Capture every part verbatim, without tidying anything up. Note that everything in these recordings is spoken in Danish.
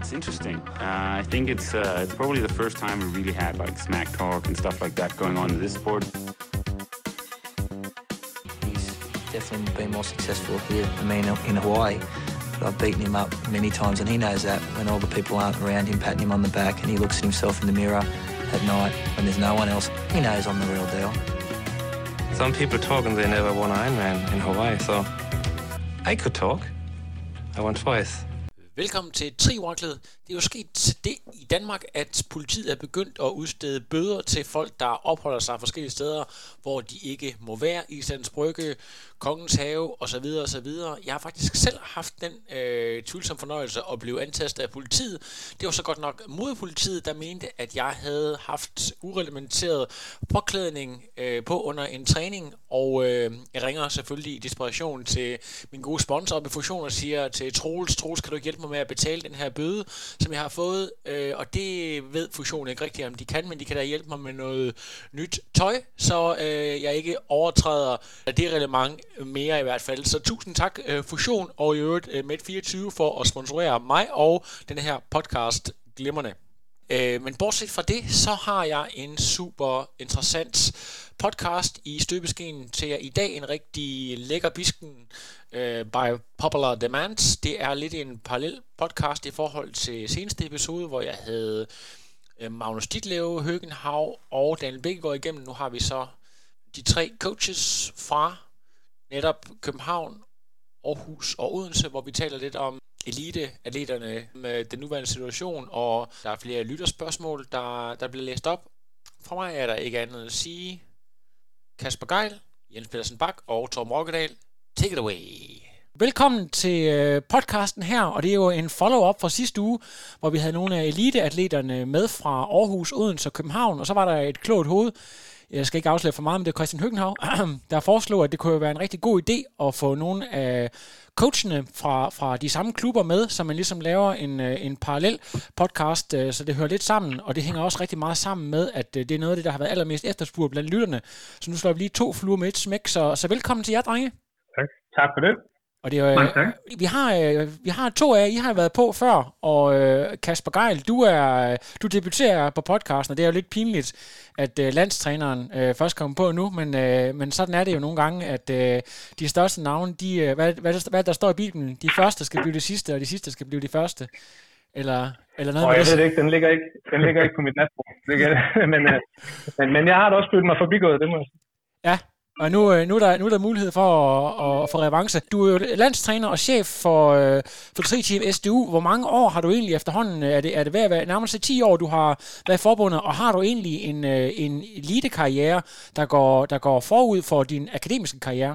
It's interesting. Uh, I think it's uh, it's probably the first time we really had like smack talk and stuff like that going on in this sport. He's definitely been more successful here than me in Hawaii. But I've beaten him up many times, and he knows that when all the people aren't around him patting him on the back and he looks at himself in the mirror at night when there's no one else, he knows I'm the real deal. Some people talk and they never won Ironman in Hawaii, so I could talk. I won twice. Velkommen til Tri-Oraklet. Det er jo sket det i Danmark, at politiet er begyndt at udstede bøder til folk, der opholder sig forskellige steder, hvor de ikke må være. Islands Brygge, Kongens Have osv. osv. Jeg har faktisk selv haft den øh, tvivlsomme fornøjelse at blive antastet af politiet. Det var så godt nok mod politiet, der mente, at jeg havde haft ureglementeret påklædning øh, på under en træning. Og øh, jeg ringer selvfølgelig i desperation til min gode sponsor ved Fusion og siger til Troels, Troels, kan du hjælpe mig med at betale den her bøde, som jeg har fået, øh, og det ved Fusion ikke rigtigt, om de kan, men de kan da hjælpe mig med noget nyt tøj, så øh, jeg ikke overtræder det reglement mere i hvert fald. Så tusind tak øh, Fusion og i øvrigt øh, Med fireogtyve for at sponsorere mig og den her podcast glimrende. Øh, men bortset fra det, så har jeg en super interessant podcast i støbeskeen til jer i dag. En rigtig lækker bisken uh, by popular demand. Det er lidt en parallel podcast i forhold til seneste episode, hvor jeg havde uh, Magnus Ditlev, Høgenhav og Daniel Bækkegaard igennem. Nu har vi så de tre coaches fra netop København, Aarhus og Odense, hvor vi taler lidt om eliteatleterne med den nuværende situation, og der er flere lytterspørgsmål, der, der bliver læst op. Fra mig er der ikke andet at sige. Kasper Geil, Jens Pedersen Bak og Torben Rokkedal, take it away. Velkommen til øh, podcasten her, og det er jo en follow-up fra sidste uge, hvor vi havde nogle af eliteatleterne med fra Aarhus, Odense og København, og så var der et klogt hoved. Jeg skal ikke afsløre for meget, men det er Christian Høgenhav, der foreslog, at det kunne være en rigtig god idé at få nogle af coachene fra, fra de samme klubber med, så man ligesom laver en, en parallel podcast, så det hører lidt sammen, og det hænger også rigtig meget sammen med, at det er noget af det, der har været allermest efterspurgt blandt lytterne. Så nu slår vi lige to fluer med et smæk, så, så velkommen til jer, drenge. Tak. Tak for det. Og det er, øh, vi har øh, vi har to af jer, I har været på før, og øh, Kasper Geil, du er du debuterer på podcasten, og det er jo lidt pinligt, at øh, landstræneren øh, først kommer på nu, men øh, men sådan er det jo nogle gange, at øh, de største navne, de øh, hvad, hvad, hvad der står i Bibelen, de første skal blive det sidste, og de sidste skal blive de første, eller eller noget. Oh, jeg ved det ikke, den ligger ikke, den ligger ikke på mit natbord, men, øh, men men jeg har da også følt mig forbigået, det må jeg sige. Ja. Og nu, nu, er der, nu er der mulighed for at, at få revanche. Du er jo landstræner og chef for, for Tri-Team S D U. Hvor mange år har du egentlig efterhånden? Er det, er det ved at være nærmest ti år, du har været forbundet? Og har du egentlig en, en elitekarriere, der går, der går forud for din akademiske karriere?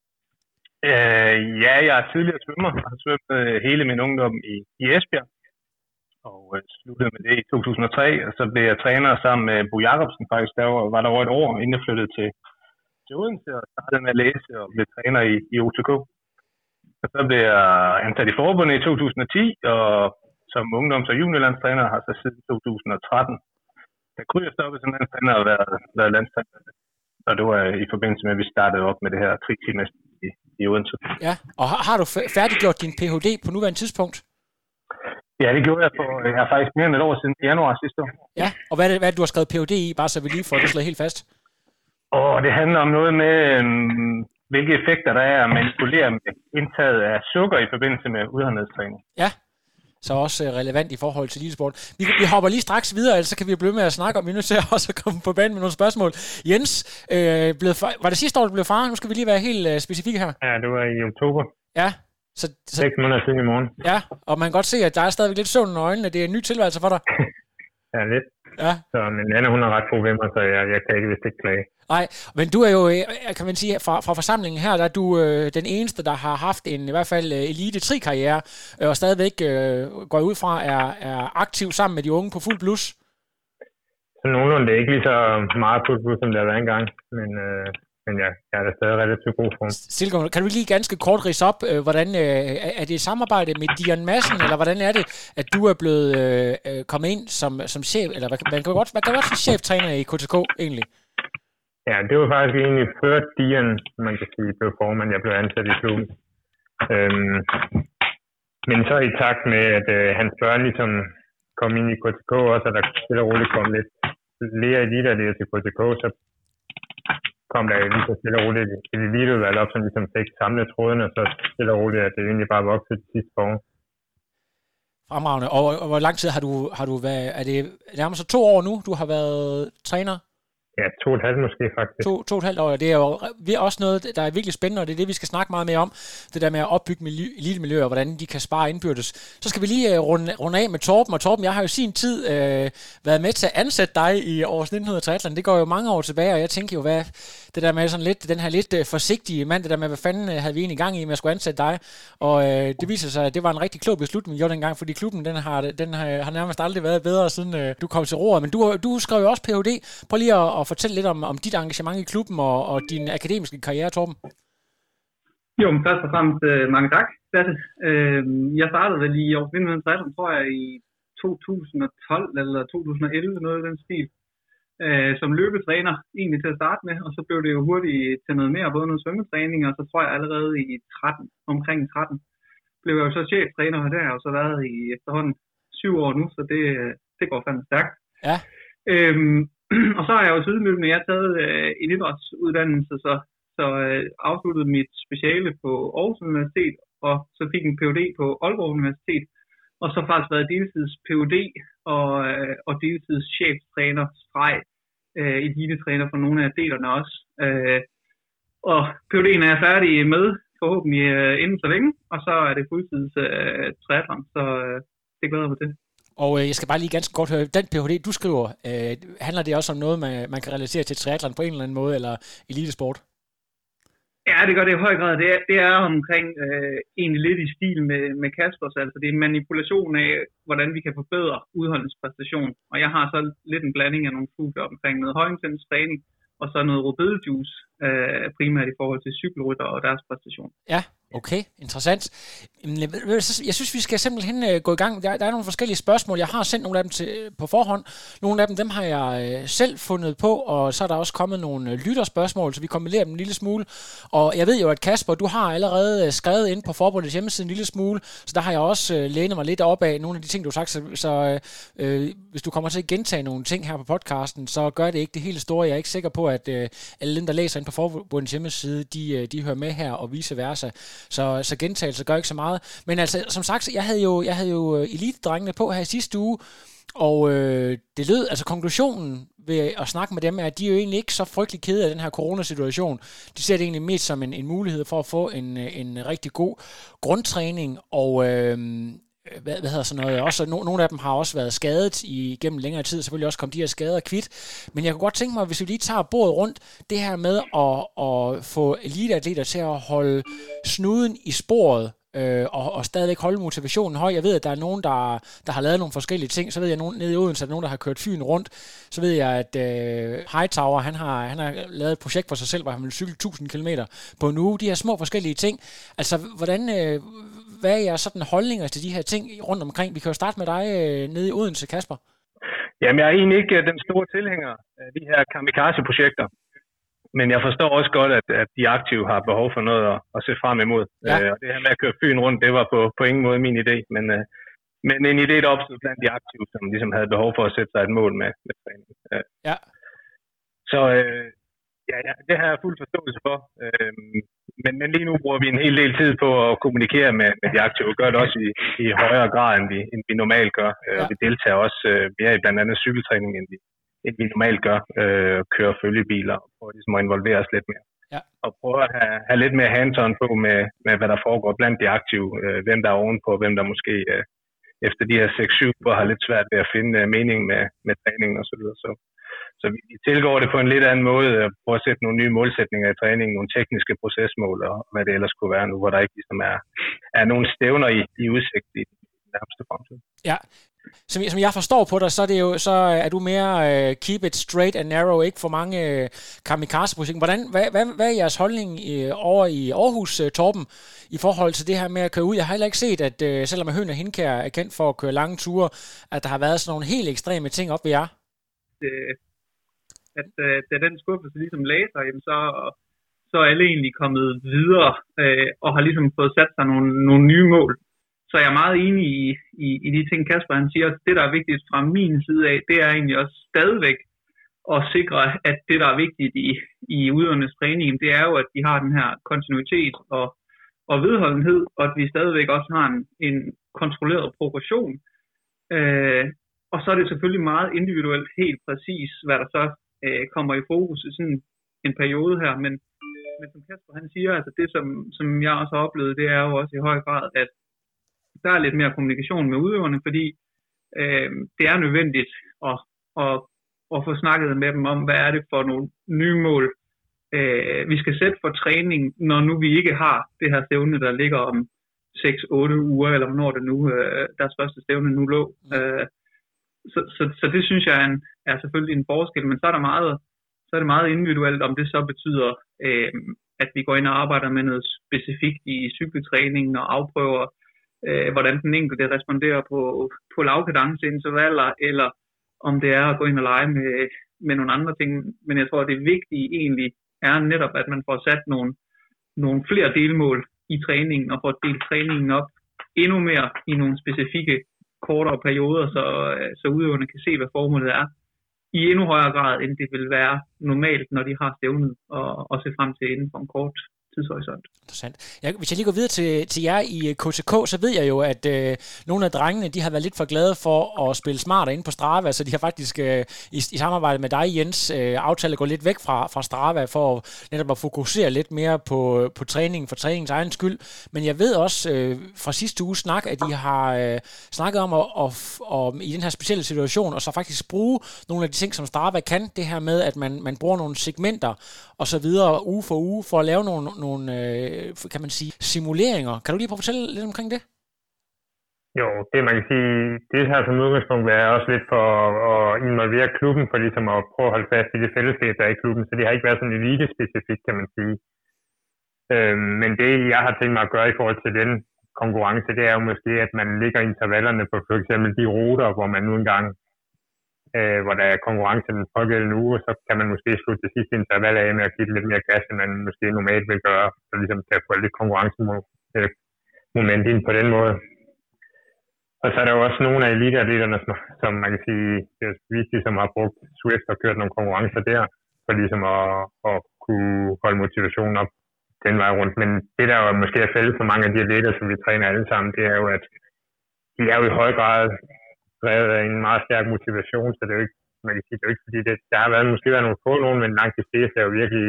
Øh, ja, jeg er tidligere svømmer. Jeg har svømmet hele min ungdom i, i Esbjerg. Og øh, sluttede med det i to tusind og tre. Og så blev jeg træner sammen med Bo Jacobsen faktisk. Der var, var der over et år, inden jeg flyttede til til Odense og startede med at læse og blev træner i, i O T K. Og så blev jeg ansat i forbundet i to tusind og ti, og som ungdoms- og juniorlandstræner har så siden to tusind og tretten. Da kunne jeg stoppe som landstræner og været, været landstræner. Og det var i forbindelse med, at vi startede op med det her tri-team i, i Odense. Ja, og har, har du færdiggjort din P H D på nuværende tidspunkt? Ja, det gjorde jeg på, jeg har faktisk mere end et år siden januar sidste år. Ja, og hvad er det, hvad er det du har skrevet P H D i, bare så vi lige får det slået helt fast? Og det handler om noget med, øhm, hvilke effekter der er at manipulere med indtaget af sukker i forbindelse med udholdenhedstræning. Ja, så også relevant i forhold til elitesport. Vi, vi hopper lige straks videre, ellers så kan vi blive med at snakke om, vi er nødt til også at komme på banen med nogle spørgsmål. Jens, øh, blev far, var det sidste år, du blev far? Nu skal vi lige være helt øh, specifikke her. Ja, det var i oktober. Ja. Så, så, seks måneder siden i morgen. Ja, og man kan godt se, at der er stadigvæk lidt søvn i øjnene. Det er en ny tilværelse for dig. Ja, lidt. Ja. Så min Anna, hun er ret god ved mig, så jeg, jeg kan ikke vist ikke klage. Nej, men du er jo, kan man sige, fra, fra forsamlingen her, der er du øh, den eneste, der har haft en i hvert fald elite tri-karriere, øh, og stadigvæk øh, går ud fra, er, er aktiv sammen med de unge på fuld blus. Så nogenlunde, det er ikke lige så meget fuld blus, som det har været engang, men, øh, men ja, jeg er da stadig relativt god form. Silkeborg, kan du lige ganske kort ridse op, øh, hvordan øh, er det et samarbejde med Dion Madsen, eller hvordan er det, at du er blevet øh, kommet ind som, som chef, eller hvad, man kan godt, man kan godt sige cheftræner i K T K egentlig? Ja, det var faktisk egentlig før Dion, man kan sige, blev formand, jeg blev ansat i klubben. Øhm, Men så i takt med, at øh, hans børn ligesom kom ind i K T K også, og der stille og roligt kom lidt flere eliteatleter til K T K, så kom der lige så stille og roligt et eliteudvalg op, som ligesom fik samlet trådene, og så stille og roligt, at det egentlig bare voksede til sidste år. Fremragende. Og, og hvor lang tid har du, har du været, er det nærmest så to år nu, du har været træner? Ja, to og et halvt måske faktisk. To, to og et halvt år, det er jo også noget, der er virkelig spændende, og det er det, vi skal snakke meget mere om. Det der med at opbygge elitemiljøer, og hvordan de kan spare indbyrdes. Så skal vi lige uh, runde, runde af med Torben, og Torben, jeg har jo sin tid uh, været med til at ansætte dig i års nitten tretten. Det går jo mange år tilbage, og jeg tænker jo, hvad det der med sådan lidt, den her lidt uh, forsigtige mand, det der med, hvad fanden uh, havde vi egentlig gang i, med at skulle ansætte dig. Og uh, det viser sig, at det var en rigtig klog beslutning, vi gjorde dengang, fordi klubben, den har, den har, har nærmest aldrig været bedre, siden uh, du kom til roret. Men du, du skrev jo også P H D. Prøv lige at, at fortælle lidt om, om dit engagement i klubben og, og din akademiske karriere, Torben. Jo, men først og fremmest øh, mange tak, Basse. Øh, jeg startede vel i år nitten tretten, tror jeg, i to tusind og tolv eller to tusind og elleve, noget af den stil, øh, som løbetræner egentlig til at starte med, og så blev det jo hurtigt til noget mere, både noget svømmetræning, og så tror jeg allerede i tretten, omkring tretten, blev jeg jo så cheftræner her, og så været i efterhånden syv år nu, så det, det går fandme stærkt. Ja. Øhm, og så har jeg jo sideløbende, jeg har taget øh, en idrætsuddannelse, så, så øh, afsluttede mit speciale på Aarhus Universitet, og så fik en P H D på Aalborg Universitet, og så faktisk været deltids P H D og, øh, og deltids cheftræner, streg, øh, elitetræner for nogle af atleterne også. Øh, og P H D'en er jeg færdig med, forhåbentlig øh, inden så længe, og så er det fuldtids øh, triathlon, så øh, det glæder jeg mig til. Og øh, jeg skal bare lige ganske godt høre, den P H D, du skriver, øh, handler det også om noget, man, man kan relatere til triathlon på en eller anden måde, eller elitesport? Ja, det gør det i høj grad. Det er, det er omkring øh, egentlig lidt i stil med, med Kaspers, altså det er manipulation af, hvordan vi kan forbedre udholdenspræstation. Og jeg har så lidt en blanding af nogle studier omkring noget højintens træning, og så noget rødbedejuice, øh, primært i forhold til cykelrytter og deres præstation. Ja, okay, interessant. Jeg synes, vi skal simpelthen gå i gang. Der, der er nogle forskellige spørgsmål. Jeg har sendt nogle af dem til, på forhånd. Nogle af dem, dem har jeg selv fundet på, og så er der også kommet nogle lytterspørgsmål, så vi kombinerer dem en lille smule. Og jeg ved jo, at Kasper, du har allerede skrevet ind på forbundets hjemmeside en lille smule, så der har jeg også lænet mig lidt op af nogle af de ting, du har sagt. Så, så øh, hvis du kommer til at gentage nogle ting her på podcasten, så gør det ikke det hele store. Jeg er ikke sikker på, at øh, alle dem, der læser ind på forbundets hjemmeside, de, de hører med her og vice versa. Så, så gentagelse gør ikke så meget. Men altså, som sagt, jeg havde jo, jeg havde jo elitedrengene på her i sidste uge, og øh, det lød, altså konklusionen ved at snakke med dem, er, at de er jo egentlig ikke så frygtelig kede af den her coronasituation. De ser det egentlig mest som en, en mulighed for at få en, en rigtig god grundtræning, og øh, Hvad, hvad hedder sådan noget, også, no, nogle af dem har også været skadet igennem længere tid, selvfølgelig også kom de her skader kvidt, men jeg kunne godt tænke mig, hvis vi lige tager bordet rundt, det her med at, at få eliteatleter til at holde snuden i sporet, øh, og, og stadigvæk holde motivationen høj. Jeg ved, at der er nogen, der, der har lavet nogle forskellige ting, så ved jeg, at nede i Odense, at der er nogen, der har kørt Fyn rundt, så ved jeg, at øh, Hightower, han har, han har lavet et projekt for sig selv, hvor han vil cykle tusind kilometer på en uge, de her små forskellige ting. Altså, hvordan... Øh, Hvad er jeres sådan holdninger til de her ting rundt omkring? Vi kan jo starte med dig øh, nede i Odense, Kasper. Jamen, jeg er egentlig ikke den store tilhænger af de her kamikaze-projekter. Men jeg forstår også godt, at, at de aktive har behov for noget at, at se frem imod. Ja. Øh, og det her med at køre Fyn rundt, det var på, på ingen måde min idé. Men, øh, men en idé, der opstod blandt de aktive, som ligesom havde behov for at sætte sig et mål med, med træning. Øh. Ja. Så... Øh, Ja, ja, det har jeg fuld forståelse for. Øhm, men, men lige nu bruger vi en hel del tid på at kommunikere med, med de aktive. Vi gør det også i, i højere grad, end vi, end vi normalt gør. Ja. Vi deltager også øh, mere i blandt andet cykeltræning, end vi, end vi normalt gør. Øh, kører følgebiler og prøver ligesom at involvere os lidt mere. Ja. Og prøver at have, have lidt mere hands-on på med, med, hvad der foregår blandt de aktive. Øh, hvem der er ovenpå, hvem der måske øh, efter de her seks syv uger har lidt svært ved at finde øh, mening med, med træningen osv. Så Så vi tilgår det på en lidt anden måde, at prøve at sætte nogle nye målsætninger i træningen, nogle tekniske procesmål og hvad det ellers kunne være nu, hvor der ikke ligesom er, er nogle stævner i, i udsigt i den nærmeste fremtid. Ja, som, som jeg forstår på dig, så er, det jo, så er du mere uh, keep it straight and narrow, ikke for mange uh, kamikaze-projekter. Hvordan, hvad, hvad, hvad er jeres holdning i, over i Aarhus, uh, Torben, i forhold til det her med at køre ud? Jeg har heller ikke set, at uh, selvom Høen og Hindkær er kendt for at køre lange ture, at der har været sådan nogle helt ekstreme ting op ved jer. Det at øh, da den skuffelse ligesom lagde sig, jamen, så, så er alle egentlig kommet videre øh, og har ligesom fået sat sig nogle, nogle nye mål. så jeg er meget enig i, i, i de ting, Kasper han siger. Det, der er vigtigt fra min side af, det er egentlig også stadigvæk at sikre, at det, der er vigtigt i, i udøvernes træning, det er jo, at de har den her kontinuitet og, og vedholdenhed, og at vi stadigvæk også har en, en kontrolleret progression. Øh, og så er det selvfølgelig meget individuelt, helt præcis, hvad der så øh, kommer i fokus i sådan en periode her, men, men som Kasper han siger, altså det, som, som jeg også har oplevet, det er jo også i høj grad, at der er lidt mere kommunikation med udøverne, fordi øh, det er nødvendigt at, at, at få snakket med dem om, hvad er det for nogle nye mål, øh, vi skal sætte for træning, når nu vi ikke har det her stævne, der ligger om seks otte uger, eller hvornår det nu, øh, deres første stævne nu lå. Øh, så, så, så det synes jeg er, en, er selvfølgelig en forskel, men så er, der meget, så er det meget individuelt, om det så betyder, øh, at vi går ind og arbejder med noget specifikt i cykeltræningen og afprøver, øh, hvordan den enkelte responderer på, på lavkadenceintervaller, eller om det er at gå ind og lege med, med nogle andre ting. Men jeg tror, at det vigtige egentlig er netop, at man får sat nogle, nogle flere delmål i træningen, og får delt træningen op endnu mere i nogle specifikke kortere perioder, så, så udøverne kan se, hvad formålet er, i endnu højere grad, end det vil være normalt, når de har stævnet, og, og se frem til inden for en kort tidshorisont. Interessant. Jeg, hvis jeg lige går videre til, til jer i K T K, så ved jeg jo, at øh, nogle af drengene, de har været lidt for glade for at spille smartere inde på Strava, så de har faktisk øh, i, i samarbejde med dig, Jens, øh, aftalt at gå lidt væk fra, fra Strava, for netop at fokusere lidt mere på, på træningen, for træningens egen skyld. Men jeg ved også øh, fra sidste uge snak, at de har øh, snakket om at, at, at, i den her specielle situation, og så faktisk bruge nogle af de ting, som Strava kan, det her med, at man, man bruger nogle segmenter og så videre uge for uge, for at lave nogle nogle, øh, kan man sige, simuleringer. Kan du lige prøve at fortælle lidt omkring det? Jo, det man kan sige, det her som udgangspunkt er også lidt for at involvere klubben, for ligesom at prøve at holde fast i det fællesskab, der er i klubben, så det har ikke været sådan elite-specifikt, kan man sige. Øhm, men det, jeg har tænkt mig at gøre i forhold til den konkurrence, det er jo måske, at man lægger intervallerne på for eksempel de ruter, hvor man nu engang Øh, hvor der er konkurrence den pågældende uge, så kan man måske slutte det sidste interval af med at give lidt mere gas, end man måske normalt vil gøre, så ligesom kan få lidt konkurrencemoment ind på den måde. Og så er der jo også nogle af eliteatleterne, som, som man kan sige, det er vigtigt, som har brugt Swift og kørt nogle konkurrencer der, for ligesom at, at kunne holde motivationen op den vej rundt. Men det der jo måske er fælles for mange af de atleter, som vi træner alle sammen, det er jo, at de er jo i høj grad drevet af en meget stærk motivation, så det er jo ikke, man kan sige, det er jo ikke, fordi det, der har været, måske været nogle få nogen, men langt de fleste er jo virkelig,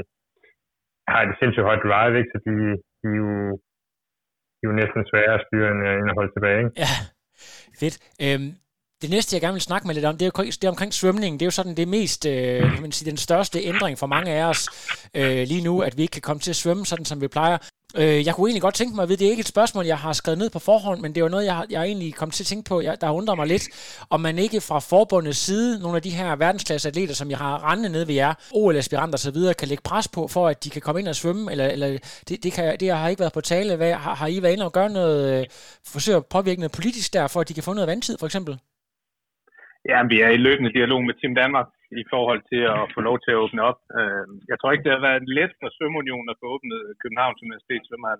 har et sindssygt højt drive, ikke? Så de, de, er jo, de er jo næsten svære at styre end at holde tilbage, ikke? Ja, fedt. Øhm, det næste, jeg gerne vil snakke med lidt om, det er jo det er omkring svømning. Det er jo sådan det mest, øh, kan man sige, den største ændring for mange af os øh, lige nu, at vi ikke kan komme til at svømme sådan, som vi plejer. Jeg kunne egentlig godt tænke mig at vide, det er ikke et spørgsmål, jeg har skrevet ned på forhånd, men det er jo noget, jeg, jeg egentlig kom til at tænke på, jeg, der undrer mig lidt, om man ikke fra forbundets side, nogle af de her verdensklasse atleter, som jeg har rendet ned ved jer, O L-aspiranter og så videre, kan lægge pres på, for at de kan komme ind og svømme, eller, eller det, det, kan, det har ikke været på tale. Hvad, har, har I været inde og gøre noget, forsøge at påvirke noget politisk der, for at de kan få noget vandtid, for eksempel? Ja, vi er i løbende dialog med Team Danmark i forhold til at få lov til at åbne op. Jeg tror ikke, det har været let for Svømmeunionen at få åbnet Københavns Universitet svømmehal.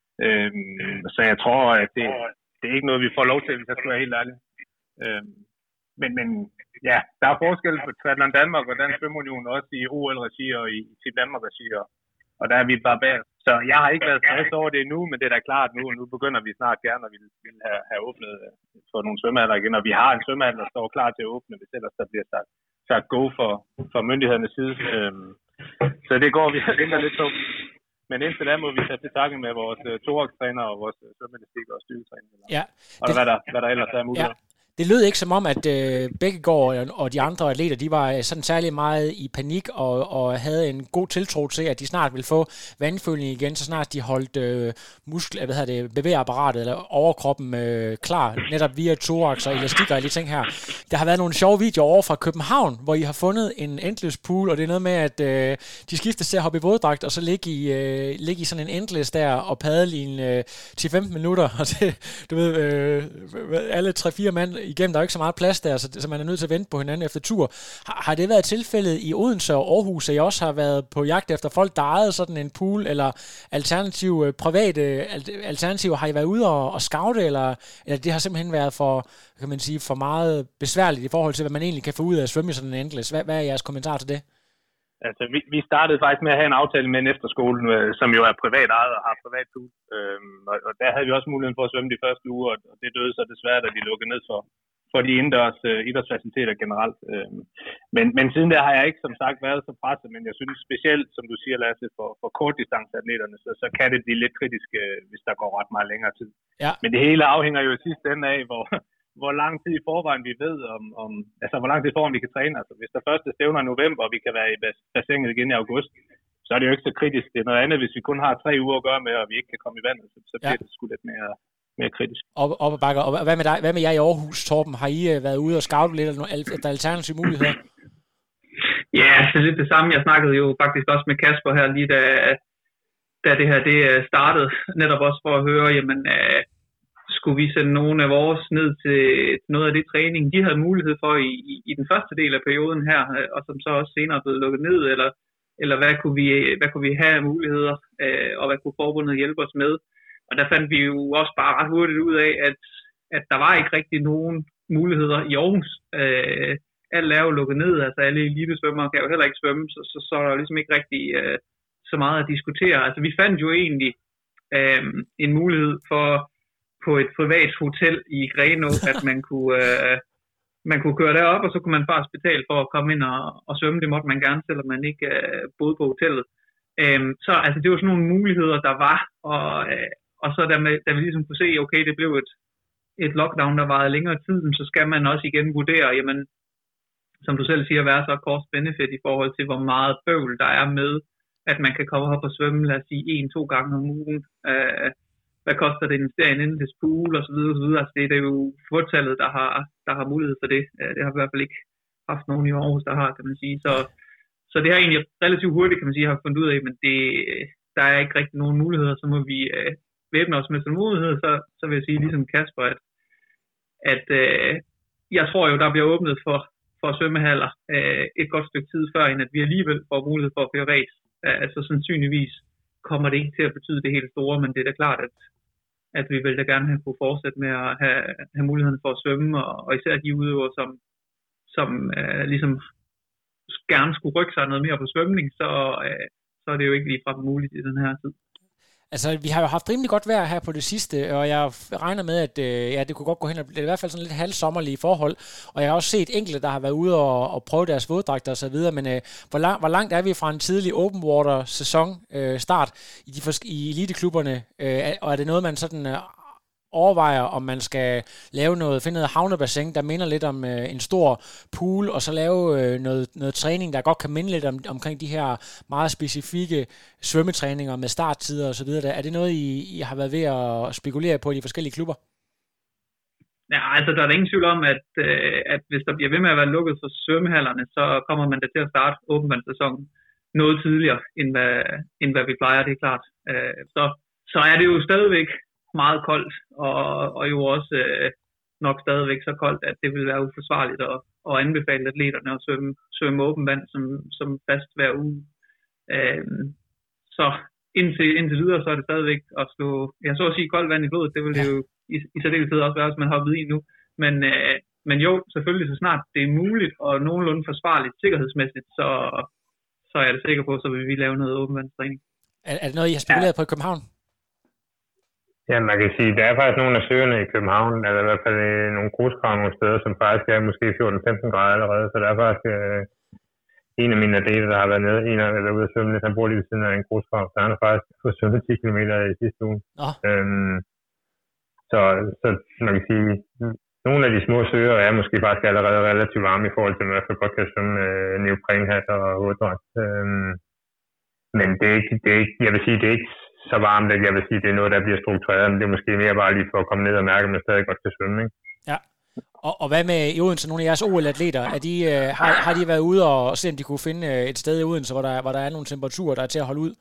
Så jeg tror, at det, det er ikke noget, vi får lov til, hvis jeg skal være helt ærlig. Men, men ja, der er forskel på Triathlon Danmark og Dansk Svømmeunion, også i O L-regi og i Team Danmark-regi. Og der er vi bare bag. Så jeg har ikke været stresset over det endnu, men det er da klart nu, og nu begynder vi snart gerne, og vi vil have, have åbnet for nogle svømmehaller igen. Og vi har en svømmehal, der står klar til at åbne, hvis ellers der bliver sagt, sagt go for, for myndighedernes side. Øhm, så det går vi venter lidt på. Men indtil da må vi tage til takke med vores uh, toårstræner og vores uh, svømmelistik og styrketræner. Ja, og det, hvad, der, hvad der ellers er muligt. Ja. Det lød ikke som om, at øh, Bækkegaard og de andre atleter, de var sådan særlig meget i panik og, og havde en god tiltro til, at de snart ville få vandføling igen, så snart de holdt øh, muskel, hvad hedder det, bevægeapparatet eller overkroppen øh, klar, netop via thorax og elastikker og de ting her. Der har været nogle sjove videoer over fra København, hvor I har fundet en endless pool, og det er noget med, at øh, de skiftes til at hoppe i våddragt, og så ligge i, øh, ligge i sådan en endless der og padle i en øh, ti til femten minutter, og det, du ved, øh, alle tre fire mand igennem. Der er jo ikke så meget plads der, så, så man er nødt til at vente på hinanden efter tur. Har, har det været tilfældet i Odense og Aarhus, at I også har været på jagt efter folk, der ejede sådan en pool, eller alternative private alternativer? Har I været ude og, og scoute, eller, eller det har simpelthen været for, kan man sige, for meget besværligt i forhold til, hvad man egentlig kan få ud af at svømme i sådan en endless? Hvad, hvad er jeres kommentar til det? Altså, vi, vi startede faktisk med at have en aftale med en efterskole, som jo er privat ejet og har privat pool. Øhm, og, og der havde vi også muligheden for at svømme de første uger, og det døde så desværre, da de lukkede ned for, for de indendørs øh, idrætsfaciliteter generelt. Øhm, men, men siden der har jeg ikke som sagt været så presset, men jeg synes specielt, som du siger, Lasse, for, for kortdistanceatleterne, så, så kan det blive lidt kritisk, øh, hvis der går ret meget længere tid. Ja. Men det hele afhænger jo i sidste ende af, hvor... hvor lang tid i forvejen vi ved om, om altså hvor lang tid i forvejen vi kan træne. Altså hvis der første stævner i november, og vi kan være i bassinet igen i august, så er det jo ikke så kritisk. Det er noget andet, hvis vi kun har tre uger at gøre med, og vi ikke kan komme i vandet, så, så bliver ja. det sgu lidt mere, mere kritisk. Op, op og bakker. Og hvad med dig? Hvad med jer i Aarhus, Torben? Har I været ude og scoute lidt efter alternative muligheder? Ja, det er lidt det samme. Jeg snakkede jo faktisk også med Kasper her lige da, da det her det startede, netop også for at høre, jamen skulle vi sende nogle af vores ned til noget af det træning, de havde mulighed for i, i, i den første del af perioden her, og som så også senere blev lukket ned, eller, eller hvad, kunne vi, hvad kunne vi have af muligheder, øh, og hvad kunne forbundet hjælpe os med. Og der fandt vi jo også bare ret hurtigt ud af, at, at der var ikke rigtig nogen muligheder i Aarhus. Øh, alt er jo lukket ned, altså alle elitesvømmere kan jo heller ikke svømme, så, så, så er der ligesom ikke rigtig øh, så meget at diskutere. Altså vi fandt jo egentlig øh, en mulighed for på et privat hotel i Grenaa, at man kunne, øh, man kunne køre derop, og så kunne man faktisk betale for at komme ind og, og svømme. Det måtte man gerne, selvom man ikke øh, boede på hotellet. Øhm, så altså, det var sådan nogle muligheder, der var, og, øh, og så da, med, da vi ligesom kunne se, okay, det blev et, et lockdown, der varede længere tid, så skal man også igen vurdere, jamen, som du selv siger, være så cost-benefit i forhold til, hvor meget bøvl der er med, at man kan komme op og svømme, lad os sige, en-to gange om ugen. Øh, Hvad koster det at investere i en endless pool og så videre, og så videre. Altså, det, det er jo fortallet, der har, der har mulighed for det. Det har vi i hvert fald ikke haft nogen i Aarhus, der har, kan man sige. Så, så det har egentlig relativt hurtigt, kan man sige, har fundet ud af, men det, der er ikke rigtig nogen muligheder, så må vi øh, væbne os med sådan mulighed, så, så vil jeg sige, ligesom Kasper, at, at øh, jeg tror jo, der bliver åbnet for, for svømmehaller øh, et godt stykke tid før, end at vi alligevel får mulighed for at køre race. Altså sandsynligvis kommer det ikke til at betyde det helt store, men det er da klart, at, at vi vil da gerne have kunne fortsætte med at have, have muligheden for at svømme, og, og især de udøvere, som, som øh, ligesom gerne skulle rykke sig noget mere på svømning, så, øh, så er det jo ikke ligefrem muligt i den her tid. Altså, vi har jo haft rimelig godt vejr her på det sidste, og jeg regner med, at øh, ja, det kunne godt gå hen, og det er i hvert fald sådan lidt halvsommerlige forhold, og jeg har også set enkelte, der har været ude og, og prøve deres våddragter og så videre, men øh, hvor, lang, hvor langt er vi fra en tidlig open water sæson øh, start i, de, i eliteklubberne, øh, og er det noget, man sådan øh, overvejer, om man skal lave noget, finde noget havnebassin, der minder lidt om øh, en stor pool, og så lave øh, noget, noget træning, der godt kan minde lidt om, omkring de her meget specifikke svømmetræninger med starttider og så videre. Er det noget, I, I har været ved at spekulere på i de forskellige klubber? Ja, altså der er ingen tvivl om, at, øh, at hvis der bliver ved med at være lukket for svømmehallerne, så kommer man da til at starte åbenvandssæsonen noget tidligere, end hvad, end hvad vi plejer, det er klart. Øh, så, så er det jo stadigvæk meget koldt, og, og jo også øh, nok stadigvæk så koldt, at det vil være uforsvarligt at, at anbefale atleterne at svømme, svømme åben vand som, som fast hver uge. Øh, så indtil, indtil videre, så er det stadigvæk at slå, jeg så at sige koldt vand i blodet, det vil det jo i, i særdeleshed også være, hvis man hoppet i nu. Men, øh, men jo, selvfølgelig så snart det er muligt og nogenlunde forsvarligt sikkerhedsmæssigt, så, så er jeg da sikker på, så vil vi lave noget åbenvandstræning. Er, er det noget, I har spekuleret ja. på i København? Ja, man kan sige, at der er faktisk nogle af søerne i København, eller i hvert fald nogle grusgrav nogle steder, som faktisk er måske fjorten til femten grader allerede, så der er faktisk øh, en af mine atleter, der har været nede, en af der ude at svømme, han bor lige ved siden af en grusgrav, så han har faktisk fået svømmet ti kilometer i sidste uge. Oh. Øhm, så, så man kan sige, nogle af de små søer er måske faktisk allerede relativt varme i forhold til, at man i hvert fald godt kan svømme øh, neoprenhat og våddragt. Øhm, men det er ikke, det er ikke, jeg vil sige, det er ikke så varmt, at jeg vil sige, at det er noget, der bliver struktureret, men det er måske mere bare lige for at komme ned og mærke, at man stadig godt kan svømme, ikke? Ja, og, og hvad med i Odense, nogle af jeres O L-atleter, er de, øh, har, har de været ude og se, om de kunne finde et sted i Odense, hvor der, hvor der er nogle temperaturer, der er til at holde ud?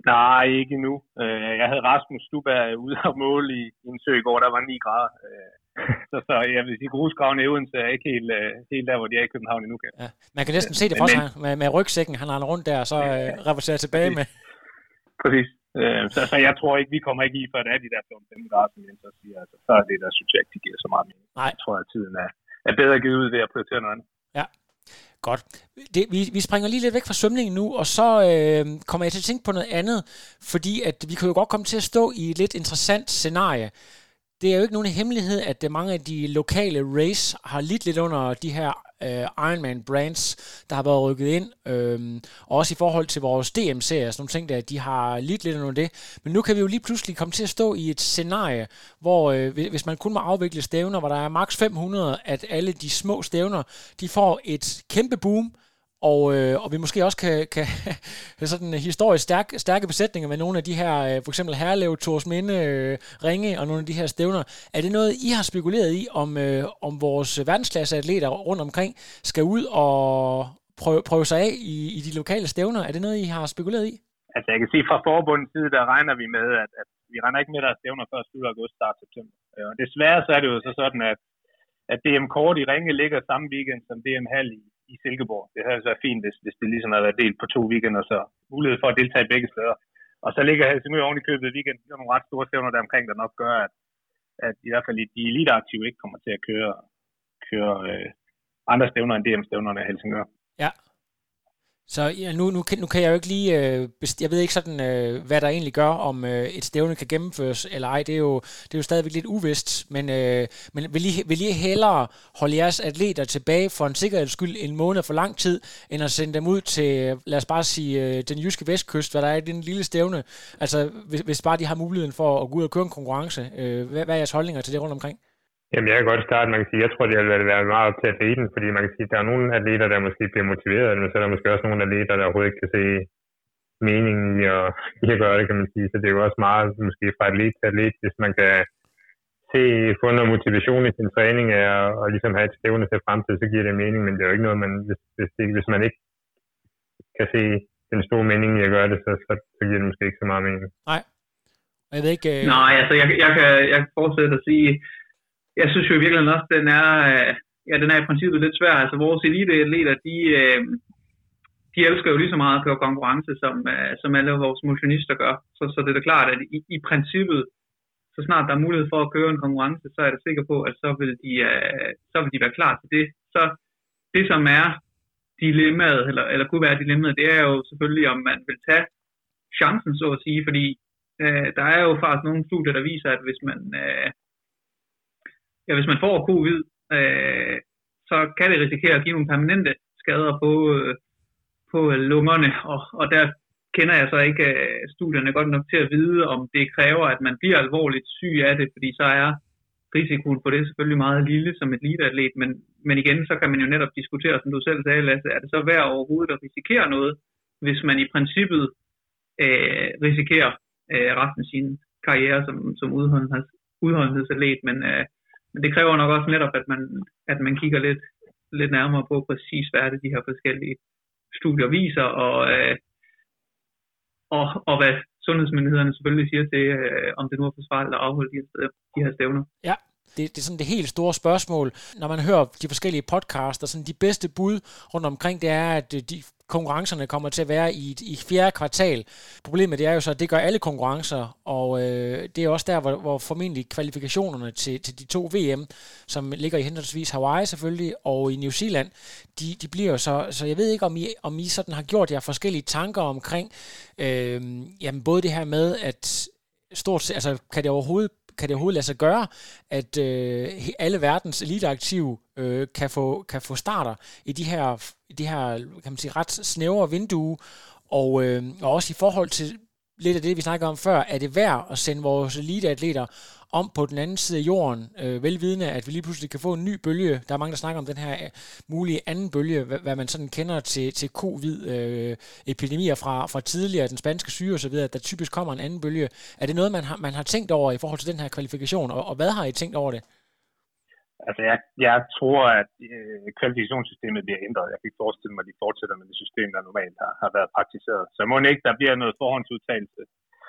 Nej, ikke endnu. Jeg havde Rasmus Stuberg ude og måle i en sø i går, der var ni grader. så, så jeg vil sige, grusgravene i Odense er ikke helt, uh, helt der, hvor de er i København endnu. Ja. Man kan næsten se det for sig med, med rygsækken, han har rundt der, og så uh, rapporterer tilbage med. Præcis. Uh, så, så jeg tror ikke, vi kommer ikke i, for det er de der fem grader, som Jens også siger. Altså, så er det, der synes jeg ikke, de giver så meget mening. Nej. Jeg tror, at tiden er, er bedre givet ud ved at prioritere noget andet. Ja. Godt. Det, vi, vi springer lige lidt væk fra svømningen nu, og så øh, kommer jeg til at tænke på noget andet, fordi at vi kan jo godt komme til at stå i et lidt interessant scenarie. Det er jo ikke nogen hemmelighed, at mange af de lokale race har lidt lidt under de her øh, Ironman-brands, der har været rykket ind. Øh, og også i forhold til vores D M-serier, sådan nogle ting der, de har lidt lidt under det. Men nu kan vi jo lige pludselig komme til at stå i et scenarie, hvor øh, hvis man kun må afvikle stævner, hvor der er maks fem hundrede, at alle de små stævner, de får et kæmpe boom, Og, øh, og vi måske også kan, kan have sådan historisk stærk, stærke besætninger med nogle af de her, øh, for eksempel Herlev, Torsminde, øh, Ringe og nogle af de her stævner. Er det noget, I har spekuleret i, om, øh, om vores verdensklasseatleter rundt omkring skal ud og prøve, prøve sig af i, i de lokale stævner? Er det noget, I har spekuleret i? Altså jeg kan sige, fra forbundets side, der regner vi med, at, at vi regner ikke med, at der er stævner før slut august, start september. Og desværre så er det jo så sådan, at, at D M Kort i Ringe ligger samme weekend som D M Hall i i Silkeborg. Det havde været fint, hvis, hvis det ligesom havde været delt på to weekender, så mulighed for at deltage begge steder. Og så ligger Helsingør oven i købet i weekend. Der er nogle ret store stævner der omkring, der nok gør, at, at i hvert fald de eliteaktive ikke kommer til at køre, køre øh, andre stævner end D M-stævnerne af Helsingør. Ja. Så ja, nu, nu, nu kan jeg jo ikke lige, øh, best, jeg ved ikke sådan, øh, hvad der egentlig gør, om øh, et stævne kan gennemføres eller ej. Det er jo, det er jo stadigvæk lidt uvist, men, øh, men vil, I, vil I hellere holde jeres atleter tilbage for en sikkerheds skyld en måned for lang tid, end at sende dem ud til, lad os bare sige, øh, den jyske vestkyst, hvad der er i den lille stævne? Altså, hvis, hvis bare de har muligheden for at gå ud og køre en konkurrence. Øh, hvad, hvad er jeres holdninger til det rundt omkring? Jamen, jeg kan godt starte. Man kan sige, jeg tror, det vil være meget op til atleten, fordi man kan sige, der er nogle atleter, der måske bliver motiveret, men så er der måske også nogle atleter, der overhovedet ikke kan se meningen i at, i at gøre det, kan man sige. Så det er jo også meget måske fra atlet til atlet, hvis man kan se, få noget motivation i sin træning og, og ligesom have et stævne til fremtid, så giver det mening, men det er jo ikke noget, man, hvis, hvis, det, hvis man ikke kan se den store mening i at gøre det, så, så, så giver det måske ikke så meget mening. Nej. Jeg ved ikke... Uh... Nej, altså jeg, jeg, kan, jeg kan fortsætte at sige, jeg synes jo virkelig også, den er, ja, den er i princippet lidt svær. Altså vores eliteatleter, de, de elsker jo lige så meget at køre konkurrence, som, som alle vores motionister gør. Så, så det er da klart, at i, i princippet, så snart der er mulighed for at køre en konkurrence, så er jeg da sikker på, at så vil de, så vil de være klar til det. Så det, som er dilemmaet, eller, eller kunne være dilemmaet, det er jo selvfølgelig, om man vil tage chancen, så at sige, fordi øh, der er jo faktisk nogle studier, der viser, at hvis man... Øh, Ja, hvis man får covid, øh, så kan det risikere at give nogle permanente skader på, øh, på lungerne, og, og der kender jeg så ikke øh, studierne godt nok til at vide, om det kræver, at man bliver alvorligt syg af det, fordi så er risikoen på det selvfølgelig meget lille som et eliteatlet, men, men igen, så kan man jo netop diskutere, som du selv sagde, Lasse, er det så værd overhovedet at risikere noget, hvis man i princippet øh, risikerer øh, resten af sin karriere som, som udholdenheds, udholdenhedsatlet, men øh, Men det kræver nok også netop, at man, at man kigger lidt, lidt nærmere på præcis, hvad det de her forskellige studier viser, og, øh, og, og hvad sundhedsmyndighederne selvfølgelig siger til, øh, om det nu er forsvarligt at afholde de her, de her stævner. Ja. Det, det er sådan det helt store spørgsmål, når man hører de forskellige podcaster, sådan de bedste bud rundt omkring, det er, at de konkurrencerne kommer til at være i, i fjerde kvartal. Problemet det er jo så, at det gør alle konkurrencer, og øh, det er også der, hvor, hvor formentlig kvalifikationerne til, til de to V M, som ligger i henholdsvis Hawaii selvfølgelig, og i New Zealand, de, de bliver jo så, så jeg ved ikke, om I, om I sådan har gjort jer forskellige tanker omkring, øh, jamen både det her med, at stort set, altså kan det overhovedet kan det overhovedet lade sig gøre, at øh, alle verdens eliteaktive øh, kan få kan få starter i de her i de her kan man sige ret snævre vindue, og øh, og også i forhold til lidt af det vi snakkede om før, er det værd at sende vores eliteatleter om på den anden side af jorden, øh, velvidende, at vi lige pludselig kan få en ny bølge. Der er mange, der snakker om den her øh, mulige anden bølge, hvad, hvad man sådan kender til, til covid-epidemier øh, fra, fra tidligere, den spanske syge osv., at der typisk kommer en anden bølge. Er det noget, man har, man har tænkt over i forhold til den her kvalifikation, og, og hvad har I tænkt over det? Altså, jeg, jeg tror, at øh, kvalifikationssystemet bliver ændret. Jeg kan ikke forestille mig, at de fortsætter med det system, der normalt har, har været praktiseret. Så må ikke, der bliver noget forhåndsudtagelse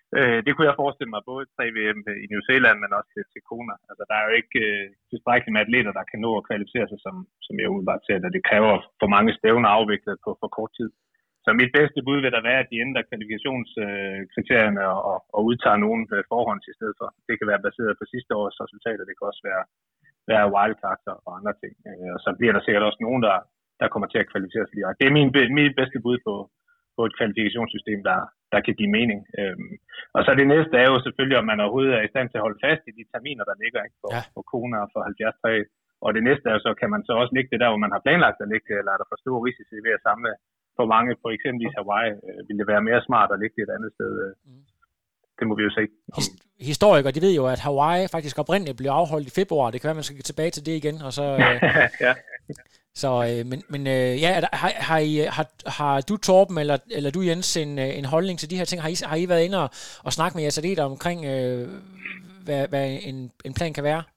Øh, det kunne jeg forestille mig, både tre V M i New Zealand, men også til, til Kona. Altså, der er jo ikke øh, tilstrækkeligt med atleter, der kan nå at kvalificere sig, som, som jeg umiddelbart ser det. Det kræver for mange stævner afviklet på for kort tid. Så mit bedste bud vil der være, at de ændrer kvalifikationskriterierne og, og, og udtager nogen forhånds i stedet for. Det kan være baseret på sidste års resultater. Det kan også være, være wildcards og andre ting. Og så bliver der sikkert også nogen, der, der kommer til at kvalificere sig lige. Det er min, min bedste bud på, på et kvalifikationssystem, der, der kan give mening. Øhm, og så det næste er jo selvfølgelig, om man overhovedet er i stand til at holde fast i de terminer, der ligger, ikke, for, ja. for Kona og for halvfjerds tre. Og det næste er jo så, kan man så også ligge det der, hvor man har planlagt at ligge, eller er der for store risici ved at samle for mange, på eksempelvis Hawaii, øh, ville det være mere smart at ligge det et andet sted. Øh. Mm. Det må vi jo se. His- historikere, de ved jo, at Hawaii faktisk oprindeligt blev afholdt i februar. Det kan være, man skal tilbage til det igen, og så... Øh, ja. Så, øh, men, men øh, ja, der, har, har, I, har, har du, Torben, eller, eller du, Jens, en, en holdning til de her ting? Har I, har I været inde og, og snakket med jeres atleter omkring, øh, hvad, hvad en, en plan kan være?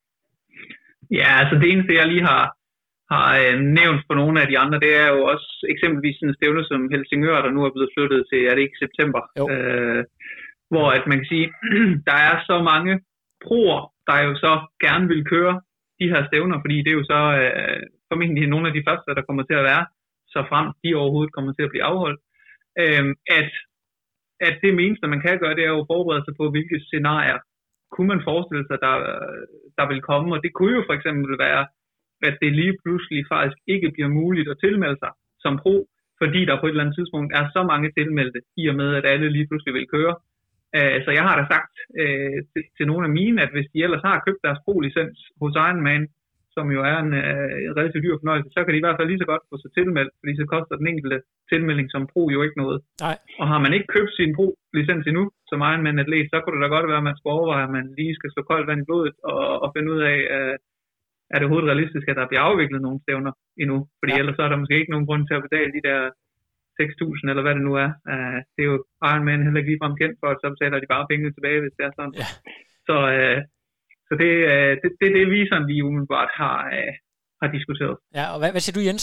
Ja, altså det eneste, jeg lige har, har øh, nævnt for nogle af de andre, det er jo også eksempelvis sådan en stævne som Helsingør, der nu er blevet flyttet til, er det ikke september? Øh, hvor at man kan sige, der er så mange proer, der jo så gerne vil køre de her stævner, fordi det er jo så øh, formentlig nogle af de første, der kommer til at være, så frem de overhovedet kommer til at blive afholdt, øh, at, at det eneste, man kan gøre, det er jo at forberede sig på, hvilke scenarier kunne man forestille sig, der, der vil komme, og det kunne jo for eksempel være, at det lige pludselig faktisk ikke bliver muligt at tilmelde sig som pro, fordi der på et eller andet tidspunkt er så mange tilmeldte, i og med, at alle lige pludselig vil køre. Uh, så jeg har da sagt uh, til, til nogle af mine, at hvis de ellers har købt deres pro-licens hos Ironman, som jo er en uh, relativt dyr fornøjelse, så kan de i hvert fald lige så godt få sig tilmeldt, fordi så koster den enkelte tilmelding som pro jo ikke noget. Nej. Og har man ikke købt sin pro-licens endnu, som Ironman-atlet, så kunne det da godt være, at man skal overveje, at man lige skal slå koldt vand i blodet og, og finde ud af, uh, er det overhovedet realistisk, at der bliver afviklet nogle stævner endnu, fordi ja. Ellers så er der måske ikke nogen grund til at betale de der seks tusind, eller hvad det nu er. Uh, det er jo Ironman heller ikke ligefrem kendt for, at så betaler de bare penge tilbage, hvis det er sådan. Ja. Så, uh, så det er uh, det, det, det, vi sådan lige umiddelbart har, uh, har diskuteret. Ja, og hvad, hvad siger du, Jens?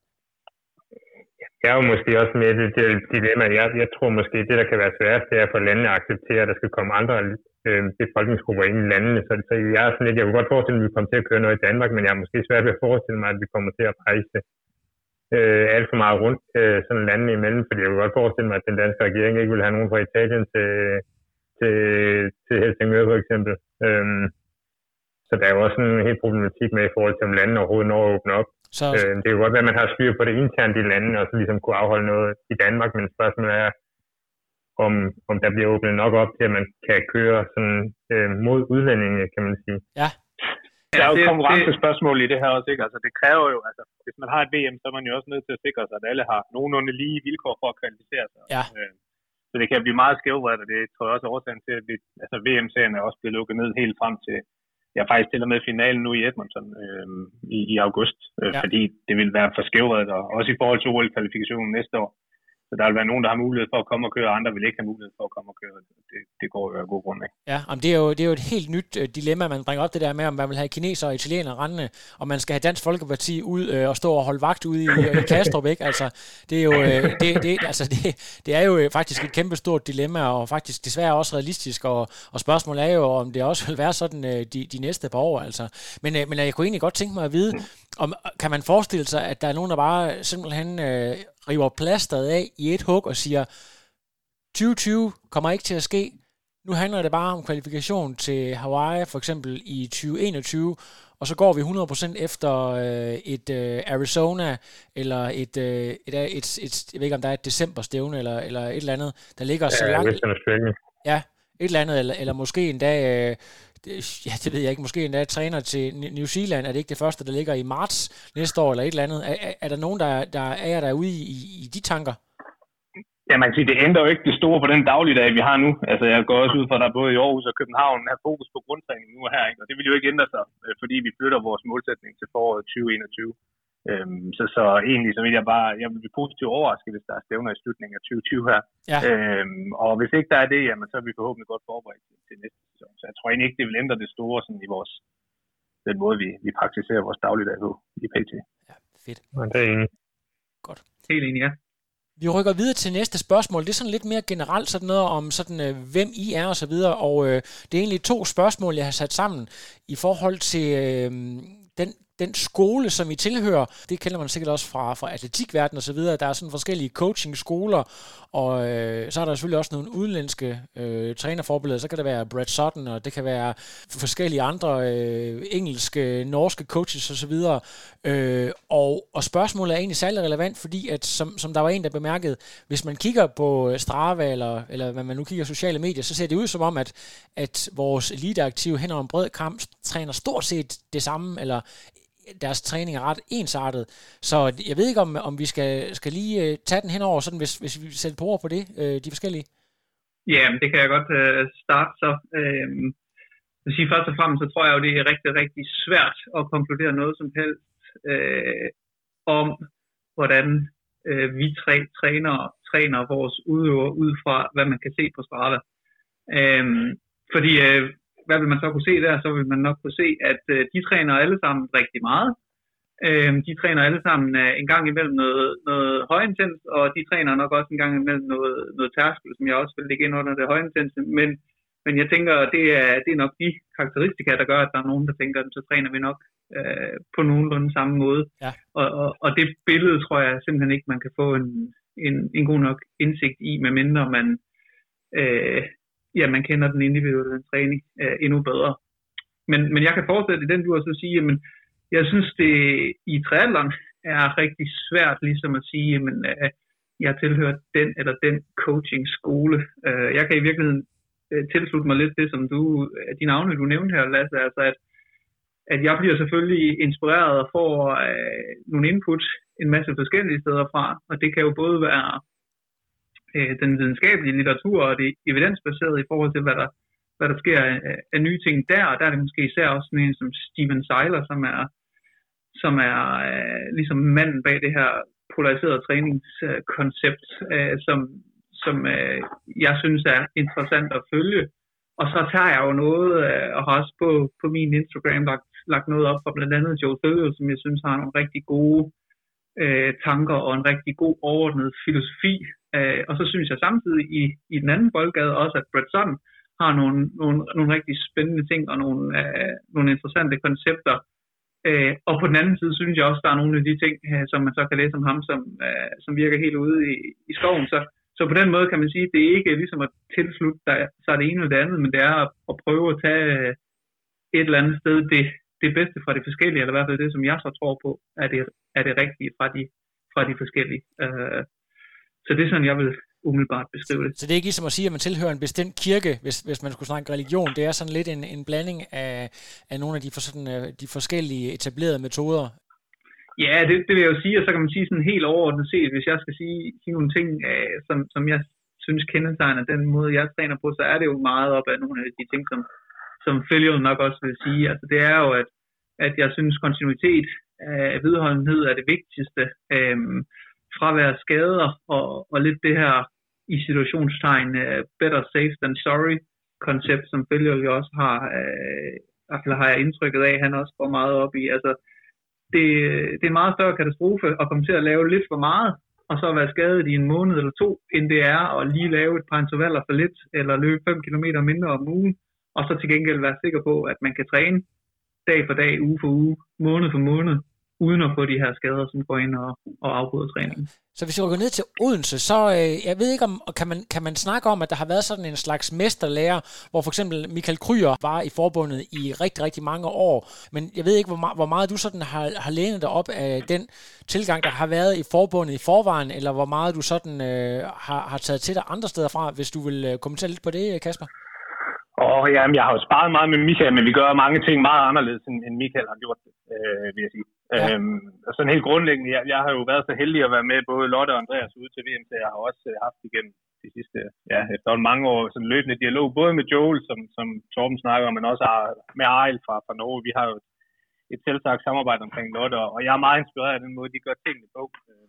Jeg er jo måske også med det, det dilemma. Jeg, jeg tror måske, det der kan være sværest, det er for landene at acceptere, at der skal komme andre øh, befolkningsgrupper ind i landene. Så, så jeg er sådan lidt, jeg kunne godt forestille mig, at vi kommer til at køre noget i Danmark, men jeg er måske svært ved at forestille mig, at vi kommer til at rejse øh, alt for meget rundt øh, sådan landene imellem, fordi jeg kunne godt forestille mig, at den danske regering ikke vil have nogen fra Italien til, til, til Helsingør for eksempel. Øhm, så der er jo også en helt problematik med i forhold til, om landene overhovedet når at åbne op. Så... Øh, det kan godt være, at man har styr på det internt i landene, og så ligesom kunne afholde noget i Danmark, men spørgsmålet er, om, om der bliver åbnet nok op til, at man kan køre sådan, øh, mod udlændinge, kan man sige. Ja. Der er jo et konkurrencespørgsmål i det her også, ikke? Altså, det kræver jo, altså, hvis man har et V M, så er man jo også nødt til at sikre sig, at alle har nogenlunde lige vilkår for at kvalificere sig. Ja. Øh, så det kan blive meget skævvredt, og det tror jeg også er årsagen til, at vi, altså, V M-serien er også blevet lukket ned helt frem til, jeg er faktisk til og med finalen nu i Edmonton øh, i, i august, øh, ja. Fordi det vil være for skævvredt, og også i forhold til O L-kvalifikationen næste år. Så der vil være nogen, der har mulighed for at komme og køre, og andre vil ikke have mulighed for at komme og køre. Det, det går jo af god grund, ikke? Ja, det er, jo, det er jo et helt nyt uh, dilemma, man bringer op det der med, om man vil have kineser og italienere rendende, og man skal have Dansk Folkeparti ud uh, og stå og holde vagt ude i, i Kastrup, ikke? Altså, det er jo, uh, det, det, altså, det, det er jo faktisk et kæmpe stort dilemma, og faktisk desværre også realistisk, og, og spørgsmålet er jo, om det også vil være sådan uh, de, de næste par år, altså. Men, uh, men jeg kunne egentlig godt tænke mig at vide, om, kan man forestille sig, at der er nogen, der bare simpelthen uh, river plasteret af i et hug og siger, tyve tyve kommer ikke til at ske. Nu handler det bare om kvalifikation til Hawaii, for eksempel i tyve enogtyve, og så går vi hundrede procent efter øh, et øh, Arizona, eller et, øh, et, et, et, et, jeg ved ikke, om der er et decemberstævne, eller, eller et eller andet, der ligger ja, så langt... Ja, et eller andet, eller, eller måske endda... Øh, ja, det ved jeg ikke, måske endda træner til New Zealand, er det ikke det første, der ligger i marts næste år, eller et eller andet. Er, er der nogen, der, der er derude i, i de tanker? Ja, man kan sige, det ændrer jo ikke det store på den dagligdag, vi har nu. Altså, jeg går også ud fra, at der både i Aarhus og København er fokus på grundtræning nu og her, ikke? Og det vil jo ikke ændre sig, fordi vi flytter vores målsætning til foråret tyve enogtyve. Øhm, så, så egentlig, så vil jeg bare, jeg vil blive positivt overrasket, hvis der er stævner i slutningen af tyve tyve her. Ja. Øhm, og hvis ikke der er det, jamen, så er vi forhåbentlig godt forberedt til, til næste sæson. Så jeg tror egentlig ikke, det vil ændre det store sådan i vores, den måde, vi, vi praktiserer vores dagligdag på i P T. Ja, fedt. Og det er enig. Godt. Helt enig, ja. Vi rykker videre til næste spørgsmål. Det er sådan lidt mere generelt sådan noget om sådan, øh, hvem I er og så videre. Og øh, det er egentlig to spørgsmål, jeg har sat sammen i forhold til øh, den den skole, som I tilhører. Det kender man sikkert også fra, fra atletikverdenen og så videre. Der er sådan forskellige coaching-skoler, og øh, så er der selvfølgelig også nogle udenlandske øh, trænerforbilleder. Så kan det være Brad Sutton, og det kan være forskellige andre øh, engelske, norske coaches og så videre. Øh, og, og spørgsmålet er egentlig særlig relevant, fordi at, som, som der var en, der bemærkede, hvis man kigger på Strava, eller, eller hvad man nu kigger sociale medier, så ser det ud som om, at, at vores eliteaktive hen over en bred kamp træner stort set det samme, eller deres træning er ret ensartet. Så jeg ved ikke, om, om vi skal, skal lige uh, tage den henover, sådan hvis, hvis vi sætter på ord på det, uh, de forskellige. Ja, det kan jeg godt uh, starte så. Uh, jeg sige, først og fremmest, så tror jeg jo, det er rigtig, rigtig svært at konkludere noget som helst uh, om, hvordan uh, vi tre træner, træner vores udøver ud fra, hvad man kan se på Strava. Uh, fordi uh, hvad vil man så kunne se der? Så vil man nok kunne se, at øh, de træner alle sammen rigtig meget. Øh, de træner alle sammen øh, en gang imellem noget, noget højintens, og de træner nok også en gang imellem noget, noget tærskel, som jeg også vil lægge ind under det højintense. Men, men jeg tænker, det er, det er nok de karakteristika, der gør, at der er nogen, der tænker, at så træner vi nok øh, på nogenlunde samme måde. Ja. Og, og, og det billede tror jeg simpelthen ikke, man kan få en, en, en god nok indsigt i, medmindre man øh, ja, man kender den individuelle træning øh, endnu bedre. Men, men jeg kan fortsætte i den du også sige, men jeg synes, det i triathlon er rigtig svært ligesom at sige, men øh, jeg tilhører den eller den coaching-skole. Øh, jeg kan i virkeligheden øh, tilslutte mig lidt det, som du, de navne, du nævnte her, Lasse, altså at, at jeg bliver selvfølgelig inspireret og får øh, nogle input en masse forskellige steder fra, og det kan jo både være den videnskabelige litteratur og det evidensbaserede i forhold til, hvad der, hvad der sker af, af nye ting der. Og der er det måske især også sådan en som Steven Seiler, som er, som er øh, ligesom manden bag det her polariserede træningskoncept, øh, som, som øh, jeg synes er interessant at følge. Og så tager jeg jo noget, øh, og har også på, på min Instagram lagt, lagt noget op fra blandt andet Joe Thilio, som jeg synes har nogle rigtig gode øh, tanker og en rigtig god overordnet filosofi. Uh, og så synes jeg samtidig i, i den anden boldgade også, at Brad Sutton har nogle, nogle, nogle rigtig spændende ting og nogle, uh, nogle interessante koncepter. Uh, og på den anden side synes jeg også, at der er nogle af de ting, uh, som man så kan læse om ham, som, uh, som virker helt ude i, i skoven. Så, så på den måde kan man sige, at det er ikke ligesom at tilslutte der, så er det ene eller det andet, men det er at, at prøve at tage et eller andet sted det, det bedste fra de forskellige, eller i hvert fald det, som jeg så tror på, er det, er det rigtige fra de, fra de forskellige. Uh, Så det er sådan, jeg vil umiddelbart beskrive det. Så det er ikke ligesom at sige, at man tilhører en bestemt kirke, hvis, hvis man skulle snakke religion. Det er sådan lidt en, en blanding af, af nogle af de, for sådan, de forskellige etablerede metoder. Ja, det, det vil jeg jo sige, og så kan man sige sådan helt overordnet set, hvis jeg skal sige, sige nogle ting, øh, som, som jeg synes kendetegner den måde, jeg træner på, så er det jo meget op af nogle af de ting, som, som Philio nok også vil sige. Altså det er jo, at, at jeg synes kontinuitet af øh, vedholdenhed er det vigtigste. Øh, fravær skader og, og lidt det her i situationstegn uh, better safe than sorry koncept, som Philio jo også har, uh, har jeg indtrykket af, han også går meget op i. Altså, det, det er en meget større katastrofe at komme til at lave lidt for meget, og så være skadet i en måned eller to, end det er at lige lave et par intervaller for lidt, eller løbe fem kilometer mindre om ugen, og så til gengæld være sikker på, at man kan træne dag for dag, uge for uge, måned for måned, uden at få de her skader, som går ind og, og afbryder træningen. Så hvis vi går ned til Odense, så øh, jeg ved ikke, om kan man, kan man snakke om, at der har været sådan en slags mesterlærer, hvor for eksempel Michael Kryer var i forbundet i rigtig, rigtig mange år. Men jeg ved ikke, hvor, hvor meget du sådan har, har lænet dig op af den tilgang, der har været i forbundet i forvejen, eller hvor meget du sådan øh, har, har taget til dig andre steder fra, hvis du vil øh, kommentere lidt på det, Kasper? Åh, jamen, jeg har jo sparet meget med Michael, men vi gør mange ting meget anderledes, end Michael har gjort, øh, vil jeg sige. Ja. Øhm, og sådan helt grundlæggende, jeg, jeg har jo været så heldig at være med både Lotte og Andreas ude til V M, så jeg har også øh, haft igennem de sidste, ja, efter mange år, sådan løbende dialog, både med Joel, som, som Torben snakker om, men også med Arild fra, fra Norge. Vi har jo et selvsagt samarbejde omkring Lotte, og jeg er meget inspireret af den måde, de gør tingene på.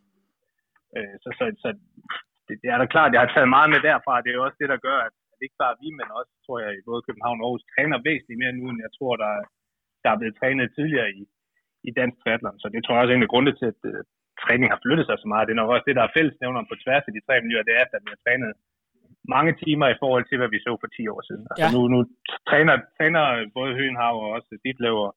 Øh, så så, så det, det er da klart, jeg har taget meget med derfra, det er jo også det, der gør, at ikke bare vi, men også, tror jeg, i både København og Aarhus træner væsentligt mere nu, end jeg tror, der, der er blevet trænet tidligere i, i dansk triathlon. Så det tror jeg også er en af grunde til, at uh, træning har flyttet sig så meget. Det er nok også det, der er fællesnævneren på tværs af de tre miljøer, det er, at vi har trænet mange timer i forhold til, hvad vi så for ti år siden. Altså ja. nu, nu træner, træner både Høenhav og også Ditlev og,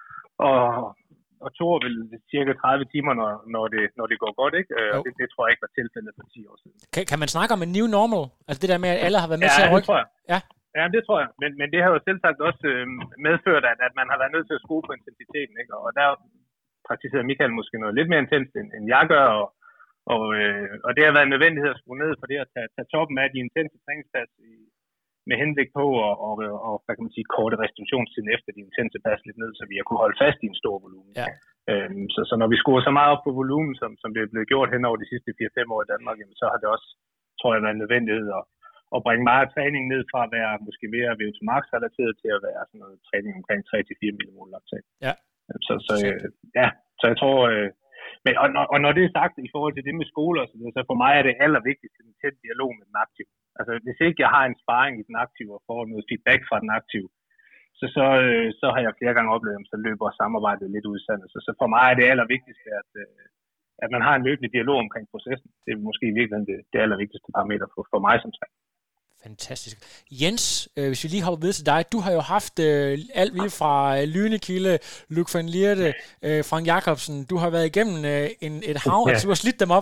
og, og Thor vel cirka tredive timer, når, når, det, når det går godt, ikke? Og det, det tror jeg ikke var tilfældet for ti år siden. Kan, kan man snakke om en new normal? Altså det der med, at alle har været med ja, til at rykke? Det tror jeg. Ja, ja, det tror jeg. Men, men det har jo selv sagt også øh, medført, at, at man har været nødt til at skrue på intensiteten, ikke? Og der praktiserer Michael måske noget lidt mere intenst, end, end jeg gør, og Og, øh, og det har været en nødvendighed at skrue ned for det at tage, tage toppen af de intense træningspas i, med henblik på og, og, og hvad kan man sige, korte restitutionstiden efter de intense pas lidt ned, så vi har kunne holde fast i en stor volumen. Ja. Øhm, så, så når vi skruer så meget op på volumen, som, som det er blevet gjort hen over de sidste fire fem år i Danmark, jamen, så har det også, tror jeg, været en nødvendighed at, at bringe meget træning ned fra at være måske mere V O to max relateret til at være sådan noget træning omkring tre til fire millimol laktat. Ja. Så, så, øh, ja, så jeg tror... Øh, Men, og, når, og når det er sagt i forhold til det med skoler og så videre, så for mig er det allervigtigste en tæt dialog med den aktive. Altså hvis ikke jeg har en sparring i den aktive og får noget feedback fra den aktive, så, så, øh, så har jeg flere gange oplevet, at så løber samarbejdet lidt ud i sandet. Så, så for mig er det allervigtigste, at, øh, at man har en løbende dialog omkring processen. Det er måske i virkeligheden det, det allervigtigste parameter for, for mig som træner. Fantastisk. Jens, øh, hvis vi lige hopper videre til dig, du har jo haft øh, alt vildt fra øh, Lynekilde, Luc van Lierde, øh, Frank Jacobsen. Du har været igennem øh, en, et hav, ja. Altså du har slidt dem op.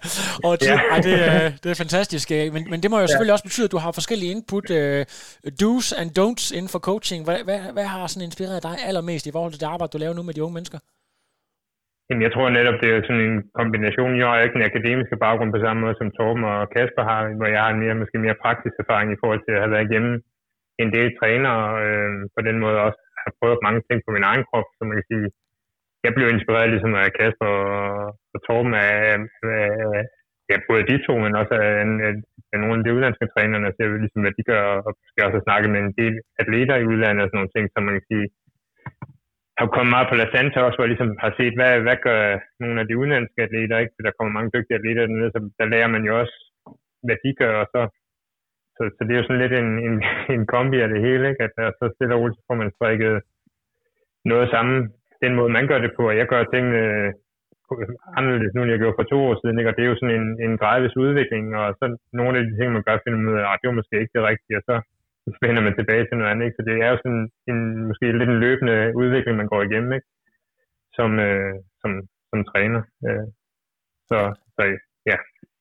og det, ja. ej, det, øh, det er fantastisk. Men, men det må jo ja. selvfølgelig også betyde, at du har forskellige input, øh, do's and don'ts inden for coaching. Hvad, hvad, hvad har sådan inspireret dig allermest i forhold til det arbejde, du laver nu med de unge mennesker? Jamen, jeg tror netop, det er sådan en kombination. Jeg har ikke en akademisk baggrund på samme måde som Torben og Kasper har, hvor jeg har en mere, måske mere praktisk erfaring i forhold til at have været igennem en del trænere, øh, på den måde også har prøvet mange ting på min egen krop, så man kan sige, jeg blev inspireret ligesom af Kasper og, og Torben af, af, ja, både de to, men også af, af, af nogle af de udlandske trænerne, så jeg vil ligesom, hvad de gør, og skal også snakke med en del atleter i udlandet og sådan nogle ting, som man kan sige, har kommet meget på La Santa også, hvor jeg ligesom har set, hvad, hvad gør nogle af de udenlandske atleter, ikke? For der kommer mange dygtige atleter dernede, så der lærer man jo også, hvad de gør, og så, så, så det er jo sådan lidt en, en, en kombi af det hele, ikke? At der så stille og roligt, får man strikket noget sammen, den måde man gør det på, og jeg gør tingene anderledes nu, end jeg gjorde for to år siden, ikke? Og det er jo sådan en, en gradvis udvikling, og så nogle af de ting, man gør, finder man ud af, at det var måske ikke det rigtige, og så vender man tilbage til noget andet, ikke? Så det er jo sådan en, måske lidt en løbende udvikling, man går igennem, ikke? Som, øh, som, som træner. Øh. Så, så ja.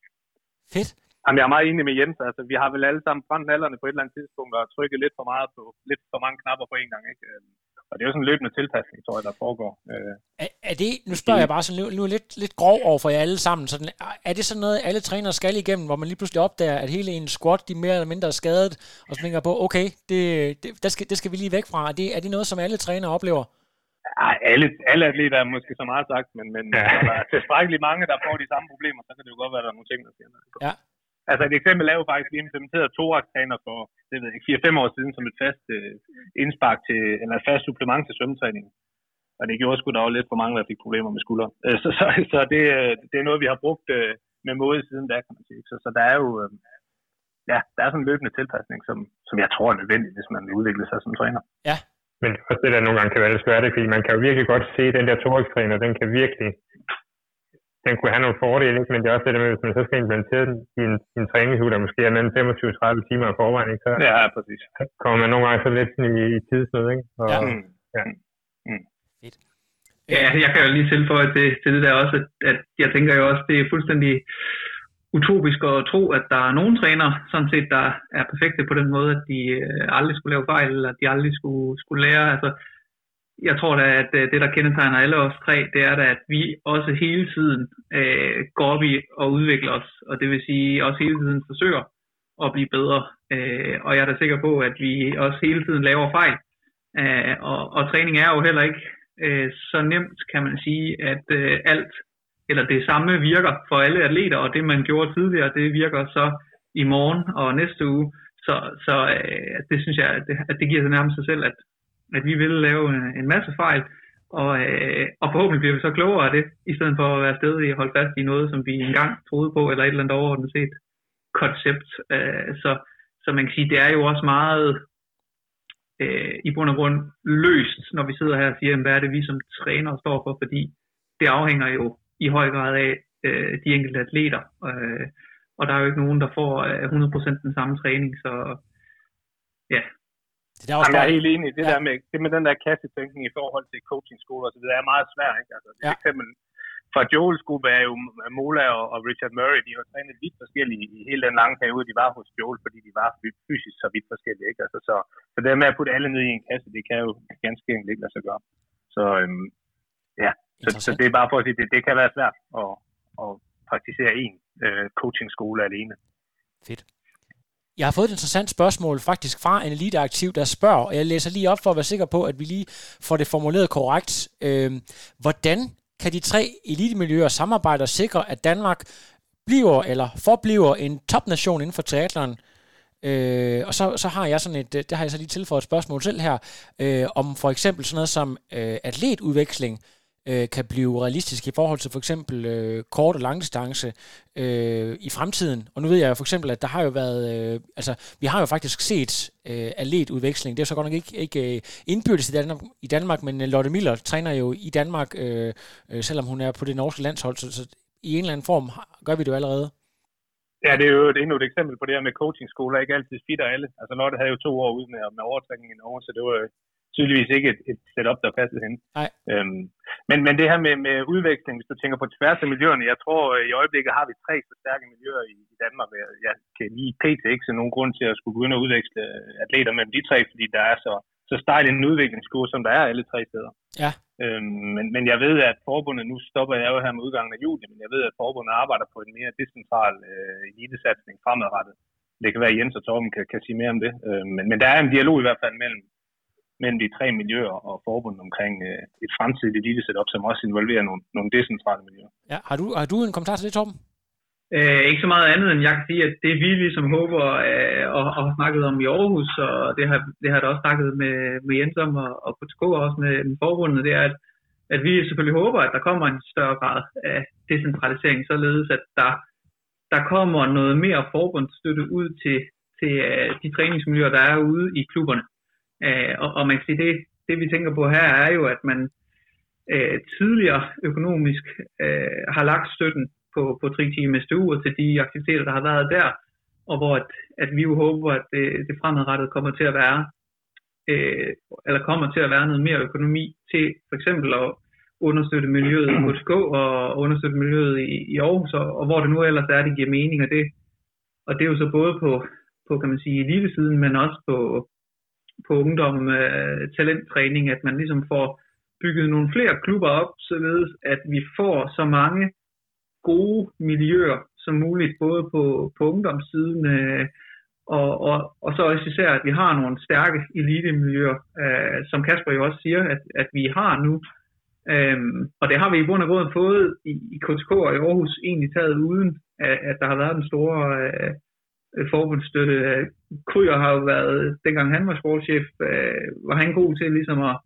Fedt. Jamen, jeg er meget enig med Jens. Altså, vi har vel alle sammen brændt nallerne på et eller andet tidspunkt og trykket lidt for meget på lidt for mange knapper på en gang, ikke? Og det er jo sådan en løbende tilpasning, tror jeg, der foregår. Er, er det, nu spørger jeg bare sådan nu lidt, lidt grov over for jer alle sammen. Sådan, er det sådan noget, alle trænere skal igennem, hvor man lige pludselig opdager, at hele en squat, de mere eller mindre er skadet, og så tænker på, okay, det, det, det, skal, det skal vi lige væk fra. Er det, er det noget, som alle trænere oplever? Ja, alle, alle atleter er måske så meget sagt, men, men ja. Der er tilstrækkeligt mange, der får de samme problemer, så kan det jo godt være, der er nogle ting, der siger noget. Ja. Altså et eksempel er jo faktisk, at vi implementerede thorax-træner for, det ved jeg ikke, fire fem år siden som et fast øh, indspark til, eller et fast supplement til svømmetræning. Og det gjorde sgu da også lidt for mange, der fik problemer med skuldre. Øh, så så, så det, det er noget, vi har brugt øh, med måde siden da, kan man sige. Så, så der er jo, øh, ja, der er sådan en løbende tilpasning, som, som jeg tror er nødvendig, hvis man vil udvikle sig som træner. Ja. Men også det der nogle gange kan være lidt svært, fordi man kan jo virkelig godt se, at den der thorax-træner, den kan virkelig... den kunne have nogle fordele, ikke? Men det er også det der med, hvis man så skal implementere den i en, en træningsuge, der måske er mellem femogtyve til tredive timer i forvejen, ikke? Så ja, præcis. Kommer man nogle gange så lidt i, i tidsnød, ikke? Og, ja. ja. Mm. Fedt. Ja, jeg kan jo lige tilføje til, til det der også, at, at jeg tænker jo også, det er fuldstændig utopisk at tro, at der er nogen trænere, sådan set, der er perfekte på den måde, at de øh, aldrig skulle lave fejl, eller at de aldrig skulle, skulle lære, altså jeg tror da, at det, der kendetegner alle os tre, det er da, at vi også hele tiden øh, går op i og udvikler os, og det vil sige også hele tiden forsøger at blive bedre. Øh, og jeg er da sikker på, at vi også hele tiden laver fejl. Øh, og, og træning er jo heller ikke øh, så nemt, kan man sige, at øh, alt eller det samme virker for alle atleter, og det man gjorde tidligere, det virker så i morgen og næste uge. Så, så øh, det synes jeg, at det, at det giver sig nærmest sig selv, at at vi vil lave en, en masse fejl, og, øh, og forhåbentlig bliver vi så klogere af det, i stedet for at være stedet i at holde fast i noget, som vi engang troede på, eller et eller andet overordnet set koncept. Øh, så, så man kan sige, det er jo også meget øh, i bund og grund løst, når vi sidder her og siger, hvad er det, vi som trænere står for, fordi det afhænger jo i høj grad af øh, de enkelte atleter. Øh, og der er jo ikke nogen, der får hundrede procent den samme træning, så ja. Det er Jamen, jeg er helt enig i det ja. der med, det med den der kassetænkning i forhold til coachingskoler, så det er meget svært, ikke? Altså, ja. eksempel fra Joels gruppe er jo Mola og, og Richard Murray, de har trænet vidt forskellige i hele den lange periode, de var hos Joel, fordi de var fysisk så vidt forskellige, ikke? Altså, så, så det med at putte alle ned i en kasse, det kan jo ganske enkelt ikke lade sig gøre. Så øhm, ja, så, så det er bare for at sige, det, det kan være svært at, at praktisere en øh, coachingskole alene. Fedt. Jeg har fået et interessant spørgsmål faktisk fra en eliteaktiv, der spørger, og jeg læser lige op for at være sikker på, at vi lige får det formuleret korrekt. Øh, hvordan kan de tre elitemiljøer samarbejde og sikre, at Danmark bliver eller forbliver en topnation inden for triathlon? Øh, og så, så har jeg sådan et, det har jeg så lige tilføjet et spørgsmål selv her, øh, om for eksempel sådan noget som øh, atletudveksling øh, kan blive realistisk i forhold til for eksempel øh, kort- og langdistance øh, i fremtiden. Og nu ved jeg jo for eksempel, at der har jo været, øh, altså vi har jo faktisk set øh, atletudveksling. Det er jo så godt nok ikke, ikke øh, indbyrdes i Danmark, i Danmark, men Lotte Miller træner jo i Danmark, øh, øh, selvom hun er på det norske landshold, så, så i en eller anden form gør vi det jo allerede. Ja, det er jo et, endnu et eksempel på det her med coachingskoler, ikke altid fitter alle. Altså Lotte havde jo to år ude med, med overtrækning i Norge, så det var tydeligvis ikke et, et setup, der passede hende. Nej. Øhm, men, men det her med, med udveksling, hvis du tænker på tværs af miljøerne, jeg tror i øjeblikket har vi tre så stærke miljøer i, i Danmark. Jeg kan lige pt. ikke se nogen grund til at skulle gå ind og udveksle atleter mellem de tre, fordi der er så, så stejl en udviklingskurve, som der er alle tre steder. Ja. Øhm, men, men jeg ved, at forbundet, nu stopper jeg jo her med udgangen af juli, men jeg ved, at forbundet arbejder på en mere decentral øh, elitesatsning fremadrettet. Det kan være, at Jens og Torben kan, kan sige mere om det. Øhm, men, men der er en dialog i hvert fald mellem, mellem de tre miljøer og forbundet omkring øh, et fremtidigt elitesetup, som også involverer nogle, nogle decentrale miljøer. Ja, har du, har du en kommentar til det, Torben? Øh, ikke så meget andet, end jeg kan sige, at det vi ligesom håber øh, og, og har snakket om i Aarhus, og det har, det har der også snakket med, med Jens om, og, og K T K også med den forbundet, det er, at, at vi selvfølgelig håber, at der kommer en større grad af decentralisering, således at der, der kommer noget mere forbundsstøtte ud til, til uh, de træningsmiljøer, der er ude i klubberne. Uh, og, og man kan sige, det, det vi tænker på her er jo, at man uh, tidligere økonomisk uh, har lagt støtten på, på Tri-Team S D U og til de aktiviteter, der har været der, og hvor at, at vi jo håber, at det, det fremadrettet kommer til at være, øh, eller kommer til at være noget mere økonomi til for eksempel at understøtte miljøet i K T K og understøtte miljøet i, i Aarhus, og, og hvor det nu ellers er, det giver mening, og det, og det er jo så både på, på kan man sige, elitesiden, men også på, på ungdom, øh, talenttræning, at man ligesom får bygget nogle flere klubber op, således at vi får så mange gode miljøer som muligt, både på, på ungdomssiden, øh, og, og, og så også især, at vi har nogle stærke elitemiljøer, øh, som Kasper jo også siger, at, at vi har nu. Øhm, og det har vi i bund og grund fået i, i K T K og i Aarhus egentlig taget uden, at, at der har været den store øh, forbundsstøtte. Kryer har jo været, dengang han var sportschef, øh, var han god til ligesom at,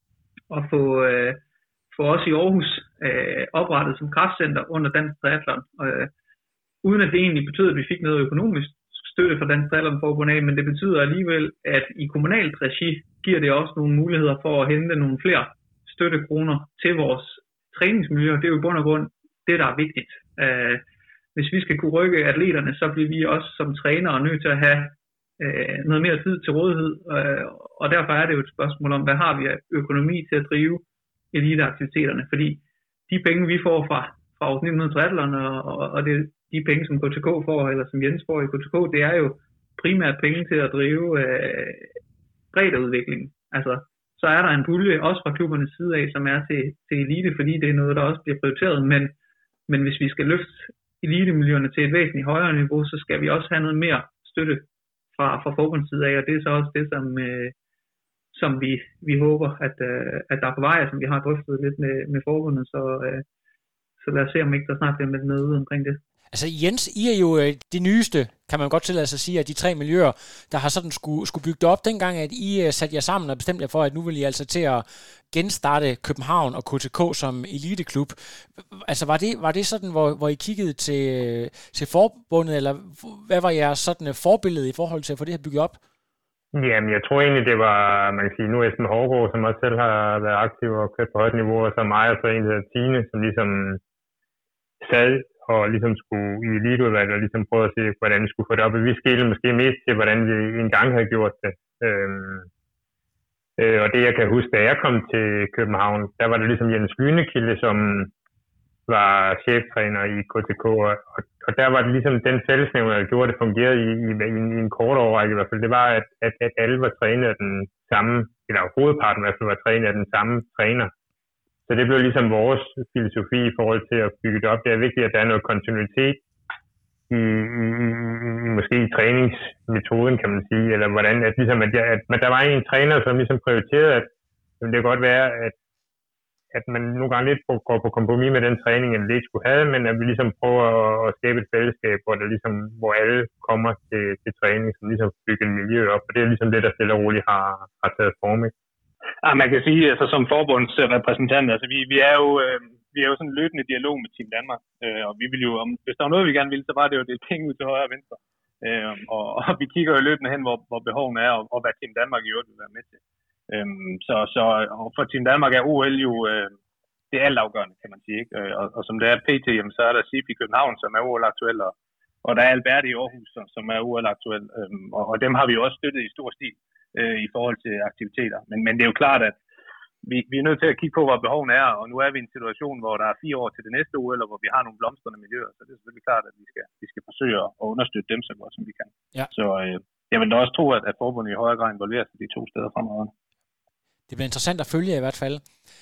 at få... Øh, for os i Aarhus øh, oprettet som kraftcenter under Dansk Triathlon, øh, uden at det egentlig betød, at vi fik noget økonomisk støtte fra Dansk Triathlon Forbund af, men det betyder alligevel, at i kommunalt regi giver det også nogle muligheder for at hente nogle flere støttekroner til vores træningsmiljøer. Det er jo i bund og grund det, der er vigtigt. Øh, hvis vi skal kunne rykke atleterne, så bliver vi også som trænere nødt til at have øh, noget mere tid til rådighed, øh, og derfor er det jo et spørgsmål om, hvad har vi af økonomi til at drive eliteaktiviteterne, fordi de penge, vi får fra, fra Aarhus ni hundrede Triathlon, og, og, og det, de penge, som K T K får, eller som Jens får i K T K, det er jo primært penge til at drive øh, breddeudvikling. Altså, så er der en pulje, også fra klubbernes side af, som er til, til elite, fordi det er noget, der også bliver prioriteret, men, men hvis vi skal løfte elitemiljøerne til et væsentligt højere niveau, så skal vi også have noget mere støtte fra, fra forbundets side af, og det er så også det, som øh, som vi, vi håber, at, øh, at der er på vej, som vi har drøftet lidt med, med forbundet, så, øh, så lad os se, om ikke der snart bliver med noget omkring det. Altså Jens, I er jo øh, de nyeste, kan man godt tillade sig at sige, at de tre miljøer, der har sådan skulle, skulle bygge det op dengang, at I øh, satte jer sammen og bestemte jer for, at nu vil I altså til at genstarte København og K T K som eliteklub. Altså var det, var det sådan, hvor, hvor I kiggede til, til forbundet, eller hvad var jeres sådan forbillede i forhold til at få det her bygget op? Jamen, jeg tror egentlig, det var, man kan sige, nu Esben Hårgaard, som også selv har været aktiv og kørt på højt niveau, og så mig, og så egentlig Tine, som ligesom sad og ligesom skulle i eliteudvalget og ligesom prøve at se, hvordan vi skulle få det op. Og vi skilede måske mest til, hvordan vi engang havde gjort det. Øhm, øh, og det, jeg kan huske, da jeg kom til København, der var det ligesom Jens Lynekilde, som var cheftræner i K T K, og, og der var det ligesom den fællesnævner, der gjorde, det fungerede i, i, i, en, i en kort overrække i hvert fald. Det var, at, at, at alle var trænet af den samme, eller hovedparten i hvert fald var trænet af den samme træner. Så det blev ligesom vores filosofi i forhold til at bygge det op. Det er vigtigt, at der er noget kontinuitet i, i, i måske i træningsmetoden, kan man sige, eller hvordan, at, ligesom, at, jeg, at, at der var en træner, som ligesom prioriterede, at det kan godt være, at, at man nogle gange lidt går på kompromis med den træning, en lidt skulle have, men at vi ligesom prøver at, at skabe et fællesskab, hvor, der ligesom, hvor alle kommer til, til træning, som ligesom bygger en miljø op, og det er ligesom det, der stille og roligt har, har taget form, ikke? Ja, man kan sige, altså som forbundsrepræsentant, altså vi, vi er jo øh, vi er jo sådan en løbende dialog med Team Danmark, øh, og vi vil jo, om, hvis der var noget, vi gerne ville, så var det jo det penge ud til højre og venstre. Øh, og, og vi kigger jo løbende hen, hvor, hvor behovene er, og, og hvad Team Danmark i øvrigt vil være med til. Øh, så, så og for Team Danmark er O L jo øh, det er altafgørende, kan man sige, ikke? Og, og som det er P T, jamen, så er der C I P i København, som er O L aktuel, og, og der er Albert i Aarhus, som, som er O L aktuel, øh, og, og dem har vi jo også støttet i stor stil i forhold til aktiviteter. Men, men det er jo klart, at vi, vi er nødt til at kigge på, hvor behoven er, og nu er vi i en situation, hvor der er fire år til det næste O L, og hvor vi har nogle blomstrende miljøer, så det er selvfølgelig klart, at vi skal, vi skal forsøge at understøtte dem så godt, som vi kan. Ja. Så øh, jeg vil da også tro, at, at forbundet i højere grad involverer sig de to steder fremover. Det bliver interessant at følge i hvert fald.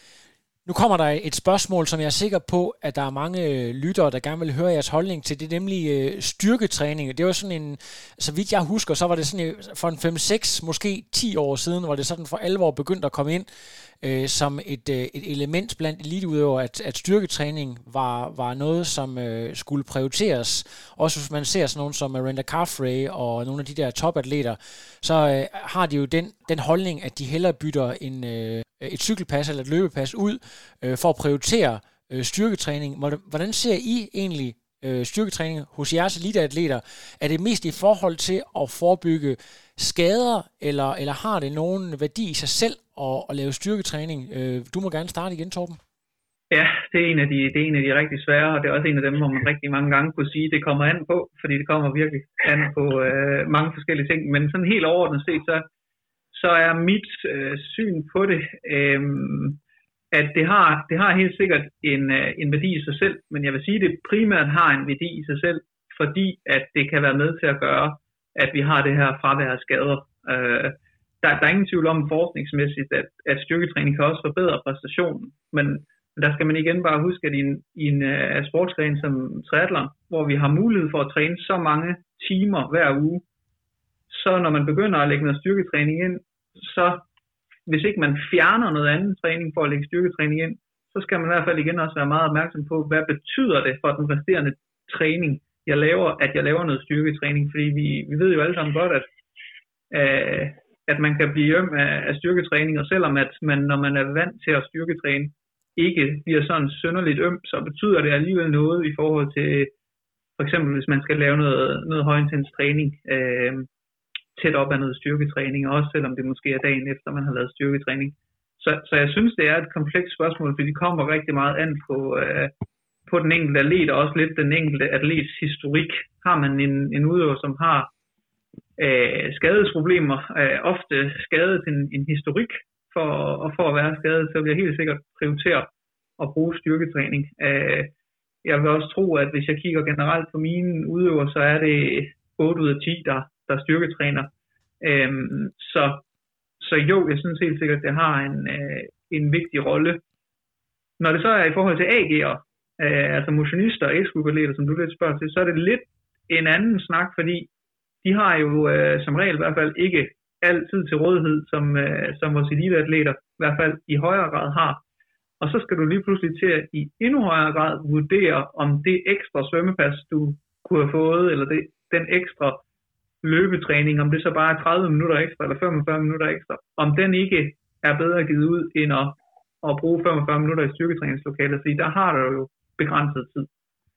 Nu kommer der et spørgsmål, som jeg er sikker på, at der er mange lyttere, der gerne vil høre jeres holdning til. Det er nemlig øh, styrketræning. Det var sådan en, så vidt jeg husker, så var det sådan for en fem seks, måske ti år siden, hvor det sådan for alvor begyndte at komme ind øh, som et, øh, et element blandt eliteudøvere, at, at styrketræning var, var noget, som øh, skulle prioriteres. Også hvis man ser sådan nogen som Miranda Carfrae og nogle af de der topatleter, så øh, har de jo den, den holdning, at de hellere bytter en... Øh, et cykelpas eller et løbepas ud øh, for at prioritere øh, styrketræning. Hvordan ser I egentlig øh, styrketræning hos jeres eliteatleter? Er det mest i forhold til at forebygge skader, eller, eller har det nogen værdi i sig selv at, at lave styrketræning? Øh, du må gerne starte igen, Torben. Ja, det er, en af de, det er en af de rigtig svære, og det er også en af dem, hvor man rigtig mange gange kunne sige, det kommer an på, fordi det kommer virkelig an på øh, mange forskellige ting. Men sådan helt overordnet set, så så er mit øh, syn på det, øh, at det har, det har helt sikkert en, øh, en værdi i sig selv, men jeg vil sige, at det primært har en værdi i sig selv, fordi at det kan være med til at gøre, at vi har det her fravær af skader. Øh, der, der er ingen tvivl om forskningsmæssigt, at, at styrketræning kan også forbedre præstationen, men der skal man igen bare huske, at i en, i en uh, sportsgren som triathlon, hvor vi har mulighed for at træne så mange timer hver uge, så når man begynder at lægge noget styrketræning ind, så hvis ikke man fjerner noget andet træning for at lægge styrketræning ind, så skal man i hvert fald igen også være meget opmærksom på, hvad betyder det for den resterende træning, jeg laver, at jeg laver noget styrketræning. Fordi vi, vi ved jo alle sammen godt, at, øh, at man kan blive øm af, af styrketræning, og selvom at man, når man er vant til at styrketræne, ikke bliver sådan synderligt øm, så betyder det alligevel noget i forhold til, for eksempel hvis man skal lave noget, noget højintens træning, øh, tæt op af noget styrketræning, også selvom det måske er dagen efter, man har lavet styrketræning. Så, så jeg synes, det er et komplekst spørgsmål, fordi det kommer rigtig meget an på, øh, på den enkelte atlet, og også lidt den enkelte atlets historik. Har man en, en udøver, som har øh, skadesproblemer, øh, ofte skadet en, en historik for, og for at være skadet, så vil jeg helt sikkert prioritere at bruge styrketræning. Øh, jeg vil også tro, at hvis jeg kigger generelt på mine udøver, så er det otte ud af ti, der der styrketræner. Øhm, så, så jo, jeg synes helt sikkert, at det har en, øh, en vigtig rolle. Når det så er i forhold til A G'er, øh, altså motionister og eksklubatleter, som du lidt spørger til, så er det lidt en anden snak, fordi de har jo øh, som regel i hvert fald ikke altid til rådighed, som, øh, som vores eliteatleter i hvert fald i højere grad har. Og så skal du lige pludselig til at i endnu højere grad vurdere, om det ekstra svømmepas, du kunne have fået, eller det, den ekstra løbetræning, om det så bare er tredive minutter ekstra eller femogfyrre minutter ekstra, om den ikke er bedre givet ud end at, at bruge femogfyrre minutter i styrketræningslokalet, fordi der har du jo begrænset tid.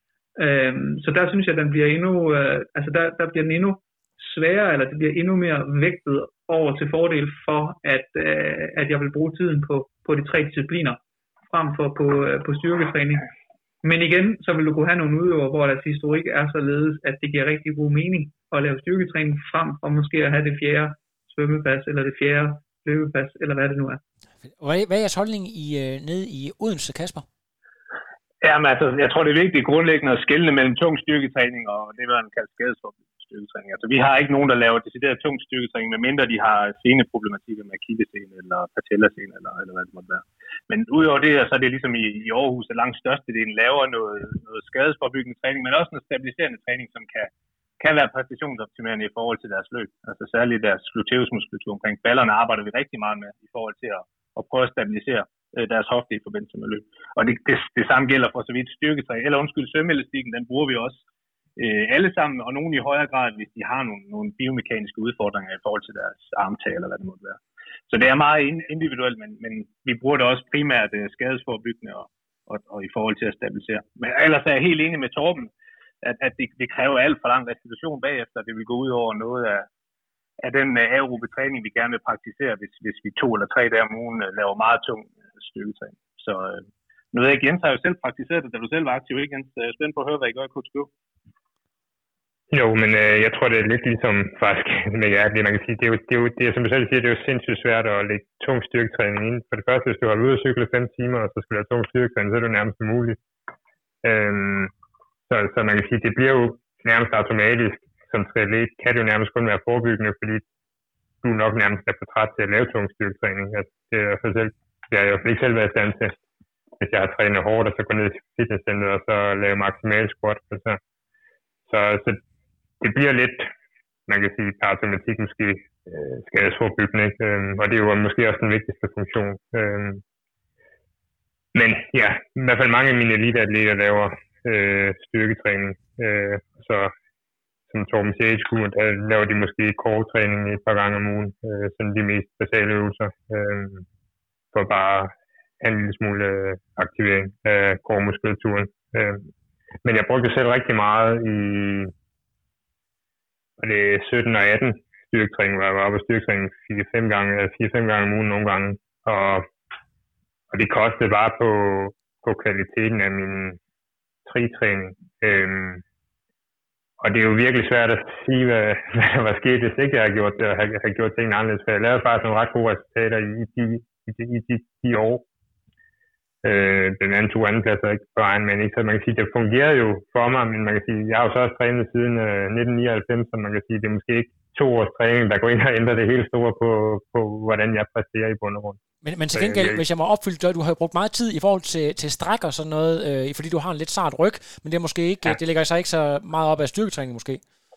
Øhm, så der synes jeg, at den bliver endnu, øh, altså der, der bliver den endnu sværere, eller det bliver endnu mere vægtet over til fordel for, at, øh, at jeg vil bruge tiden på, på de tre discipliner, frem for på, øh, på styrketræning. Men igen, så vil du kunne have nogle udøvere, hvor deres historik er således, at det giver rigtig god mening at lave styrketræning frem, og måske at have det fjerde svømmepas, eller det fjerde løbepas, eller hvad det nu er. Hvad er jeres holdning i, nede i Odense, Kasper? Jamen altså, jeg tror, det er vigtigt grundlæggende at skelne mellem tung styrketræning og det, man kalder skadesforebyggende styrketræning. Altså, vi har ikke nogen, der laver decideret tung styrketræning, medmindre de har seneproblematikker med akillessene eller patellasene, eller, eller hvad det måtte være. Men udover det, så er det ligesom i, i Aarhus, at langt størstedelen laver noget, noget skadesforebyggende træning, men også noget stabiliserende træning, som kan, kan være præstationsoptimerende i forhold til deres løb. Altså særligt deres gluteusmuskulatur omkring ballerne arbejder vi rigtig meget med i forhold til at, at prøve at stabilisere deres hofte i forbindelse med løb. Og det, det, det samme gælder for så vidt styrketræning, eller undskyld, svømmeelastikken, den bruger vi også øh, alle sammen, og nogen i højere grad, hvis de har nogle, nogle biomekaniske udfordringer i forhold til deres armtag, eller hvad det måtte være. Så det er meget individuelt, men, men vi bruger det også primært øh, skadesforebyggende og, og, og i forhold til at stabilisere. Men ellers er jeg helt enig med Torben, at, at det, det kræver alt for lang restitution bagefter. Det vil gå ud over noget af, af den uh, aerobe træning, vi gerne vil praktisere, hvis, hvis vi to eller tre dage om ugen uh, laver meget tung uh, styrketræning. Så uh, nu ved jeg ikke, Jens har jo selv praktiseret det, da du selv var aktiv, ikke Jens? Jeg er spændt på at høre, hvad I gør i K T K. Jo, men øh, jeg tror, det er lidt ligesom faktisk med jer, det man kan sige, det er jo, det er jo det, som du selv siger, det er jo sindssygt svært at lægge tung styrketræning ind. For det første, hvis du har ude at cykle fem timer, og så skal du have tung styrketræning, så er det jo nærmest umuligt. Øhm, så, så man kan sige, det bliver jo nærmest automatisk, som triatlet kan det jo nærmest kun være forebyggende, fordi du nok nærmest er for træt til at lave tung styrketræning. Altså, det er for selv, jeg har jo ikke selv været i stand til, hvis jeg har trænet hårdt, og så gå ned til fitnesscenteret, og så lave maksimal squat. Altså. Så, så det bliver lidt, man kan sige, per automatik måske øh, skadesforebyggende, ikke? Øhm, og det er jo måske også den vigtigste funktion. Øhm, men ja, i hvert fald mange af mine eliteatleter laver øh, styrketræning. Øh, så som Torben siger i skolen, der laver de måske core-træning et par gange om ugen, øh, sådan de mest basale øvelser, øh, for bare en lille smule øh, aktivering af core-muskulaturen. Øh, men jeg brugte selv rigtig meget i og det er sytten og atten styrketræning, hvor jeg var oppe i styrketræning fire-fem gange, fire-fem gange om ugen nogle gange. Og, og det kostede bare på, på kvaliteten af min tri-træning. Øhm, og det er jo virkelig svært at sige, hvad, hvad der var sket, hvis ikke jeg havde gjort, havde, havde gjort tingene anderledes. For jeg lavede faktisk nogle ret gode resultater i de, i de, i de, de år. Øh, den anden to anden pladser ikke på egen, men ikke så man kan sige, det fungerede jo for mig, men man kan sige, jeg har jo så også trænet siden øh, nitten nioghalvfems, så man kan sige, det er måske ikke to års træning, der går ind og ændrer det helt store på, på hvordan jeg præsterer i bund og grund. Men, men til gengæld, hvis jeg må opfylde, du har jo brugt meget tid i forhold til, til stræk og sådan noget, øh, fordi du har en lidt sart ryg, men det er måske ikke, ja. det ligger sig ikke så meget op af styrketræning måske.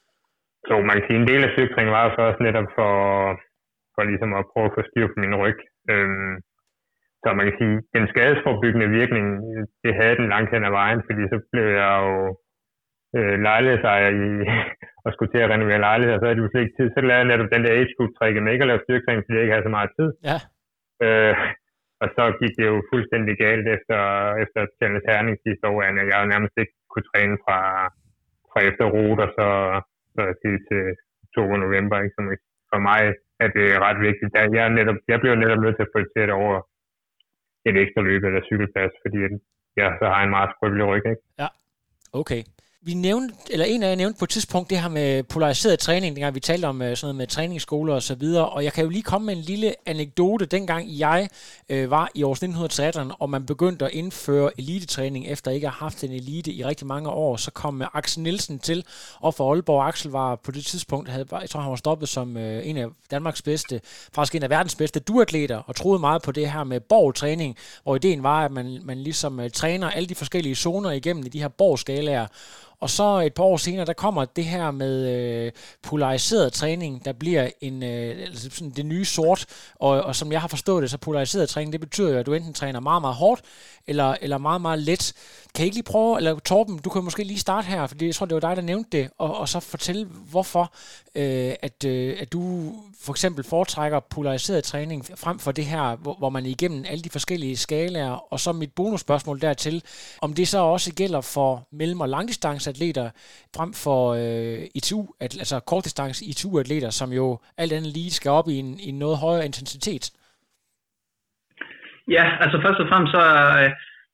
Så man kan sige, en del af styrketræning var jo så også netop for, for ligesom at prøve at få styr på min ryg. Øhm, Så man kan sige, den skadesforebyggende virkning, det havde den langt hen ad vejen, fordi så blev jeg jo øh, lejlighedsejer i og skulle til at renovere lejligheder, så havde det jo slet ikke tid. Så lavede jeg netop den der age group trick med ikke at lave styrketræning, fordi jeg ikke havde så meget tid. Ja. Øh, og så gik det jo fuldstændig galt efter, efter Challenge Herning sidste år, at jeg jo nærmest ikke kunne træne fra, fra efter rot og så, så til, til oktober og november. Ikke? Så for mig er det ret vigtigt. Jeg, netop, jeg blev netop nødt til at prioritere det over et ekstra løb eller cykelplads, fordi jeg så har en meget skrøbelig ryg, ikke? Ja, okay. Vi nævnte, eller en af jer nævnte på et tidspunkt det her med polariseret træning, dengang vi talte om sådan noget med træningsskoler og så videre, og jeg kan jo lige komme med en lille anekdote, dengang jeg øh, var i år nitten tretten, og man begyndte at indføre elitetræning, efter ikke at have haft en elite i rigtig mange år, så kom Axel Nielsen til, og for Aalborg. Axel var på det tidspunkt, havde, jeg tror han var stoppet som øh, en af Danmarks bedste, faktisk en af verdens bedste duatleter, og troede meget på det her med borgtræning, hvor ideen var, at man, man ligesom øh, træner alle de forskellige zoner igennem i de her borgskalaer. Og så et par år senere, der kommer det her med øh, polariseret træning, der bliver en, øh, altså sådan det nye sort, og, og som jeg har forstået det, så polariseret træning, det betyder jo, at du enten træner meget, meget hårdt, eller, eller meget, meget let. Kan I ikke lige prøve, eller Torben, du kan måske lige starte her, for jeg tror, det var dig, der nævnte det, og, og så fortælle, hvorfor øh, at, øh, at du for eksempel foretrækker polariseret træning frem for det her, hvor, hvor man er igennem alle de forskellige skalaer, og så mit bonusspørgsmål dertil, om det så også gælder for mellem- og langdistanceatleter frem for øh, I T U, altså kortdistance I T U-atleter, som jo alt andet lige skal op i en, i en noget højere intensitet. Ja, altså først og fremmest så,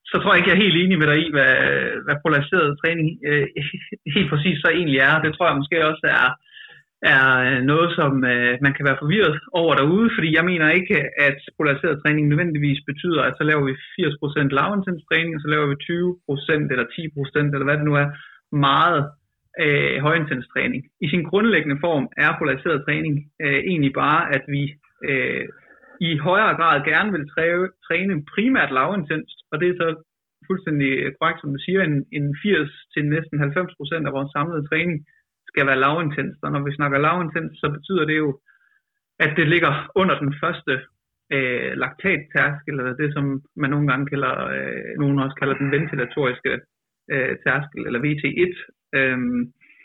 så tror jeg ikke, jeg er helt enig med dig i, hvad, hvad polariseret træning øh, helt præcis så egentlig er. Det tror jeg måske også er, er noget, som øh, man kan være forvirret over derude, fordi jeg mener ikke, at polariseret træning nødvendigvis betyder, at så laver vi firs procent lavintens-træning, og så laver vi tyve procent eller ti procent, eller hvad det nu er, meget øh, højintens-træning. I sin grundlæggende form er polariseret træning øh, egentlig bare, at vi øh, i højere grad gerne vil træne, træne primært lavintens, og det er så fuldstændig korrekt, som du siger, en, en firs til næsten halvfems procent af vores samlede træning skal være lavintens. Og når vi snakker lavintens, så betyder det jo, at det ligger under den første øh, laktattærskel, eller det, som man nogle gange kalder, øh, nogen også kalder den ventilatoriske øh, tærskel, eller V T et. Øhm,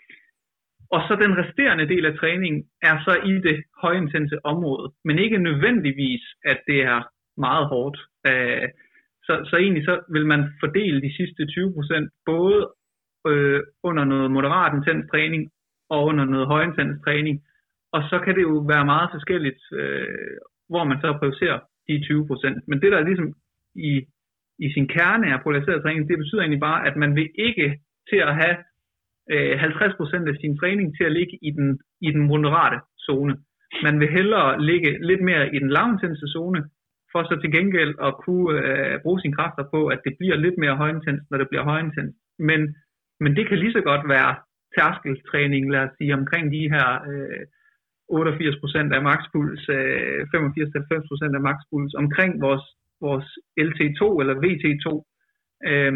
og så den resterende del af træningen er så i det højintense område, men ikke nødvendigvis, at det er meget hårdt. Øh, så, så egentlig så vil man fordele de sidste tyve procent både øh, under noget moderat intens træning og under noget højintens træning. Og så kan det jo være meget forskelligt, øh, hvor man så prioriterer de tyve procent. Men det, der er ligesom i, i sin kerne af polariseret træning, det betyder egentlig bare, at man vil ikke til at have øh, halvtreds procent af sin træning til at ligge i den, i den moderate zone. Man vil hellere ligge lidt mere i den lavintense zone, for så til gengæld at kunne øh, bruge sine kræfter på, at det bliver lidt mere højintens, når det bliver højintens. Men, men det kan lige så godt være tærskeltræning, lad os sige, omkring de her øh, otteogfirs procent af makspuls, øh, femogfirs til halvfems procent af makspuls, omkring vores, vores L T to eller V T to, øh,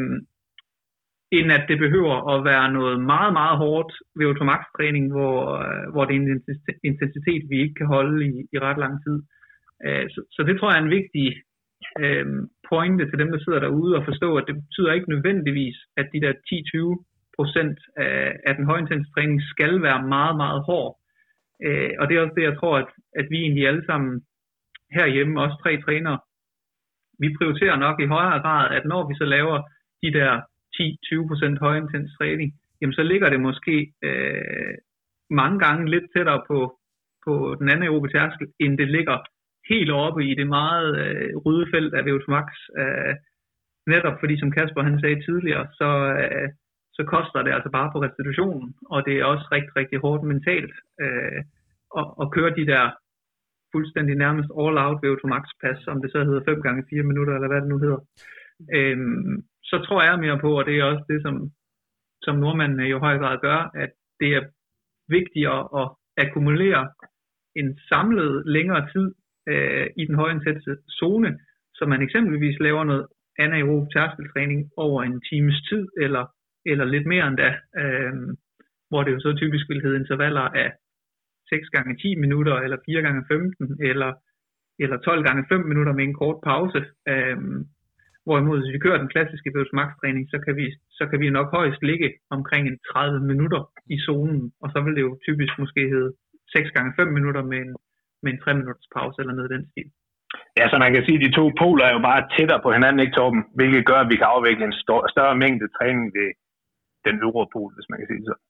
end at det behøver at være noget meget, meget hårdt V O to max træning, hvor, øh, hvor det er en intensitet, vi ikke kan holde i, i ret lang tid. Øh, så, så det tror jeg er en vigtig øh, pointe til dem, der sidder derude, og forstå, at det betyder ikke nødvendigvis, at de der ti til tyve procent af, af den højintense træning skal være meget, meget hård. Øh, og det er også det, jeg tror, at, at vi egentlig alle sammen herhjemme, også tre trænere, vi prioriterer nok i højere grad, at når vi så laver de der ti til tyve procent højintens træning, jamen så ligger det måske øh, mange gange lidt tættere på, på den anaerobe tærskel, end det ligger helt oppe i det meget øh, røde felt af V O to max. Øh, netop fordi, som Kasper han sagde tidligere, så øh, så koster det altså bare på restitutionen, og det er også rigtig, rigtig hårdt mentalt øh, at, at køre de der fuldstændig nærmest all-out V O to max-pas, om det så hedder fem gange fire minutter, eller hvad det nu hedder. Øhm, så tror jeg mere på, og det er også det, som, som nordmændene i høj grad gør, at det er vigtigere at akkumulere en samlet længere tid øh, i den højintense zone, så man eksempelvis laver noget anaerob tærskeltræning over en times tid, eller eller lidt mere end da, øh, hvor det jo så typisk vil hedde intervaller af seks gange ti minutter, eller fire gange femten, eller, eller tolv gange fem minutter med en kort pause. Øh, hvorimod, hvis vi kører den klassiske V O to max træning, så kan, vi, så kan vi nok højst ligge omkring en tredive minutter i zonen, og så vil det jo typisk måske hedde seks gange fem minutter med en, med en tre minutters pause, eller noget i den stil. Ja, så man kan sige, at de to poler er jo bare tættere på hinanden, ikke Torben? Hvilket gør, at vi kan afvikle en større, større mængde træning ved den øvre pol, hvis man kan sige det så.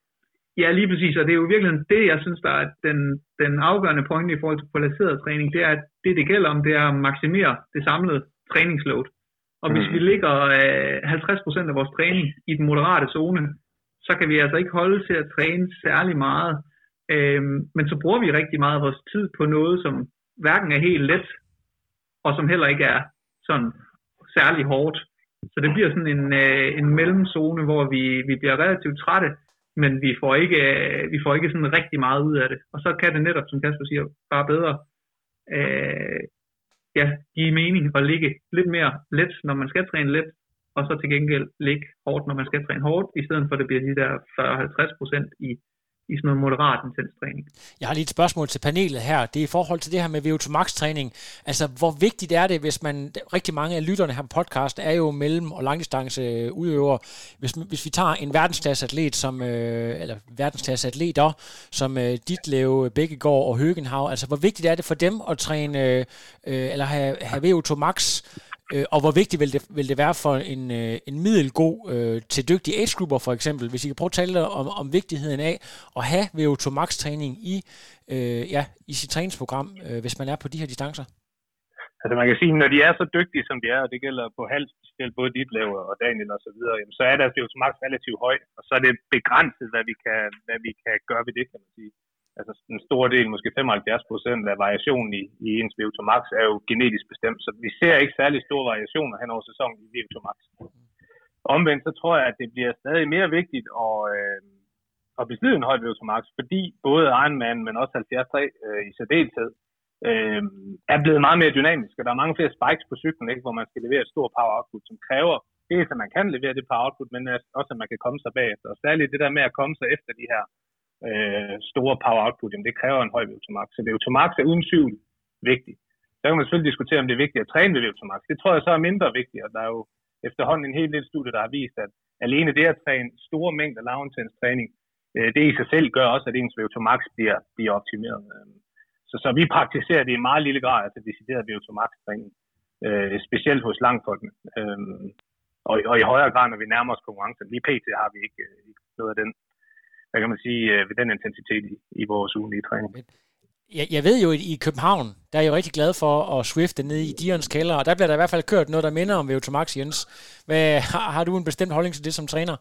Ja, lige præcis, og det er jo virkelig det, jeg synes, der er den, den afgørende pointe i forhold til polariseret træning, det er, at det, det gælder om, det er at maksimere det samlede træningsload. Og hvis mm. vi ligger øh, halvtreds procent af vores træning i den moderate zone, så kan vi altså ikke holde til at træne særlig meget. Øhm, men så bruger vi rigtig meget af vores tid på noget, som hverken er helt let, og som heller ikke er sådan særlig hårdt. Så det bliver sådan en, øh, en mellemzone, hvor vi, vi bliver relativt trætte, men vi får, ikke, øh, vi får ikke sådan rigtig meget ud af det. Og så kan det netop, som Kasper siger, bare bedre øh, ja, give mening at ligge lidt mere let, når man skal træne let, og så til gengæld ligge hårdt, når man skal træne hårdt, i stedet for at det bliver de der fyrre til halvtreds procent i i sådan noget moderat intens træning. Jeg har lige et spørgsmål til panelet her. Det er i forhold til det her med V O to max træning. Altså, hvor vigtigt er det, hvis man, rigtig mange af lytterne her på podcast er jo mellem- og langdistance udøvere. Hvis, hvis vi tager en verdensklasse atlet, som, øh, eller verdensklasse atleter, som øh, Ditlev, Bækkegaard og Høgenhav, altså, hvor vigtigt er det for dem at træne, øh, eller have, have V O to max, øh, og hvor vigtigt vil det, vil det være for en, øh, en middelgod øh, til dygtige age-grupper, for eksempel? Hvis I kan prøve at tale om, om vigtigheden af at have V O to max træning i, øh, ja, i sit træningsprogram, øh, hvis man er på de her distancer? Altså man kan sige, når de er så dygtige, som de er, og det gælder på halv, specielt både Ditlev og Daniel og så videre, jamen, så er deres V O to max relativt høj, og så er det begrænset, hvad vi kan, hvad vi kan gøre ved det, kan man sige. Altså en stor del, måske femoghalvfjerds procent af variationen i, i ens V O to max er jo genetisk bestemt, så vi ser ikke særlig store variationer hen over sæsonen i V O to max. Omvendt så tror jeg, at det bliver stadig mere vigtigt at, øh, at besidde en høj V O to max, fordi både Ironman, men også halvfjerds tre øh, i særdeleshed, øh, er blevet meget mere dynamisk, og der er mange flere spikes på cyklen, ikke, hvor man skal levere et stort power output, som kræver dels, at man kan levere det power output, men også, at man kan komme sig bagefter. Og særligt det der med at komme sig efter de her øh, store power output, jamen det kræver en høj V O to max. Så V O to max er uden tvivl vigtigt. Så kan man selvfølgelig diskutere, om det er vigtigt at træne ved V O to max. Det tror jeg så er mindre vigtigt, og der er jo efterhånden en hel del studier, der har vist, at alene det at træne store mængder lavintens træning, øh, det i sig selv gør også, at ens V O to max bliver, bliver optimeret. Så, så vi praktiserer det i meget lille grad, altså decideret V O to max træning, øh, specielt hos langfolkene. Øh, og, og i højere grad, når vi nærmer os konkurrencen. Lige pt. Har vi ikke, ikke noget af den, hvad kan man sige, øh, ved den intensitet i, i vores ugenlige træning. Jeg, jeg ved jo, at i København, der er jeg jo rigtig glad for at swifte ned i Dions kælder, og der bliver der i hvert fald kørt noget, der minder om V O to max, Jens. Hvad, har, har du en bestemt holdning til det som træner?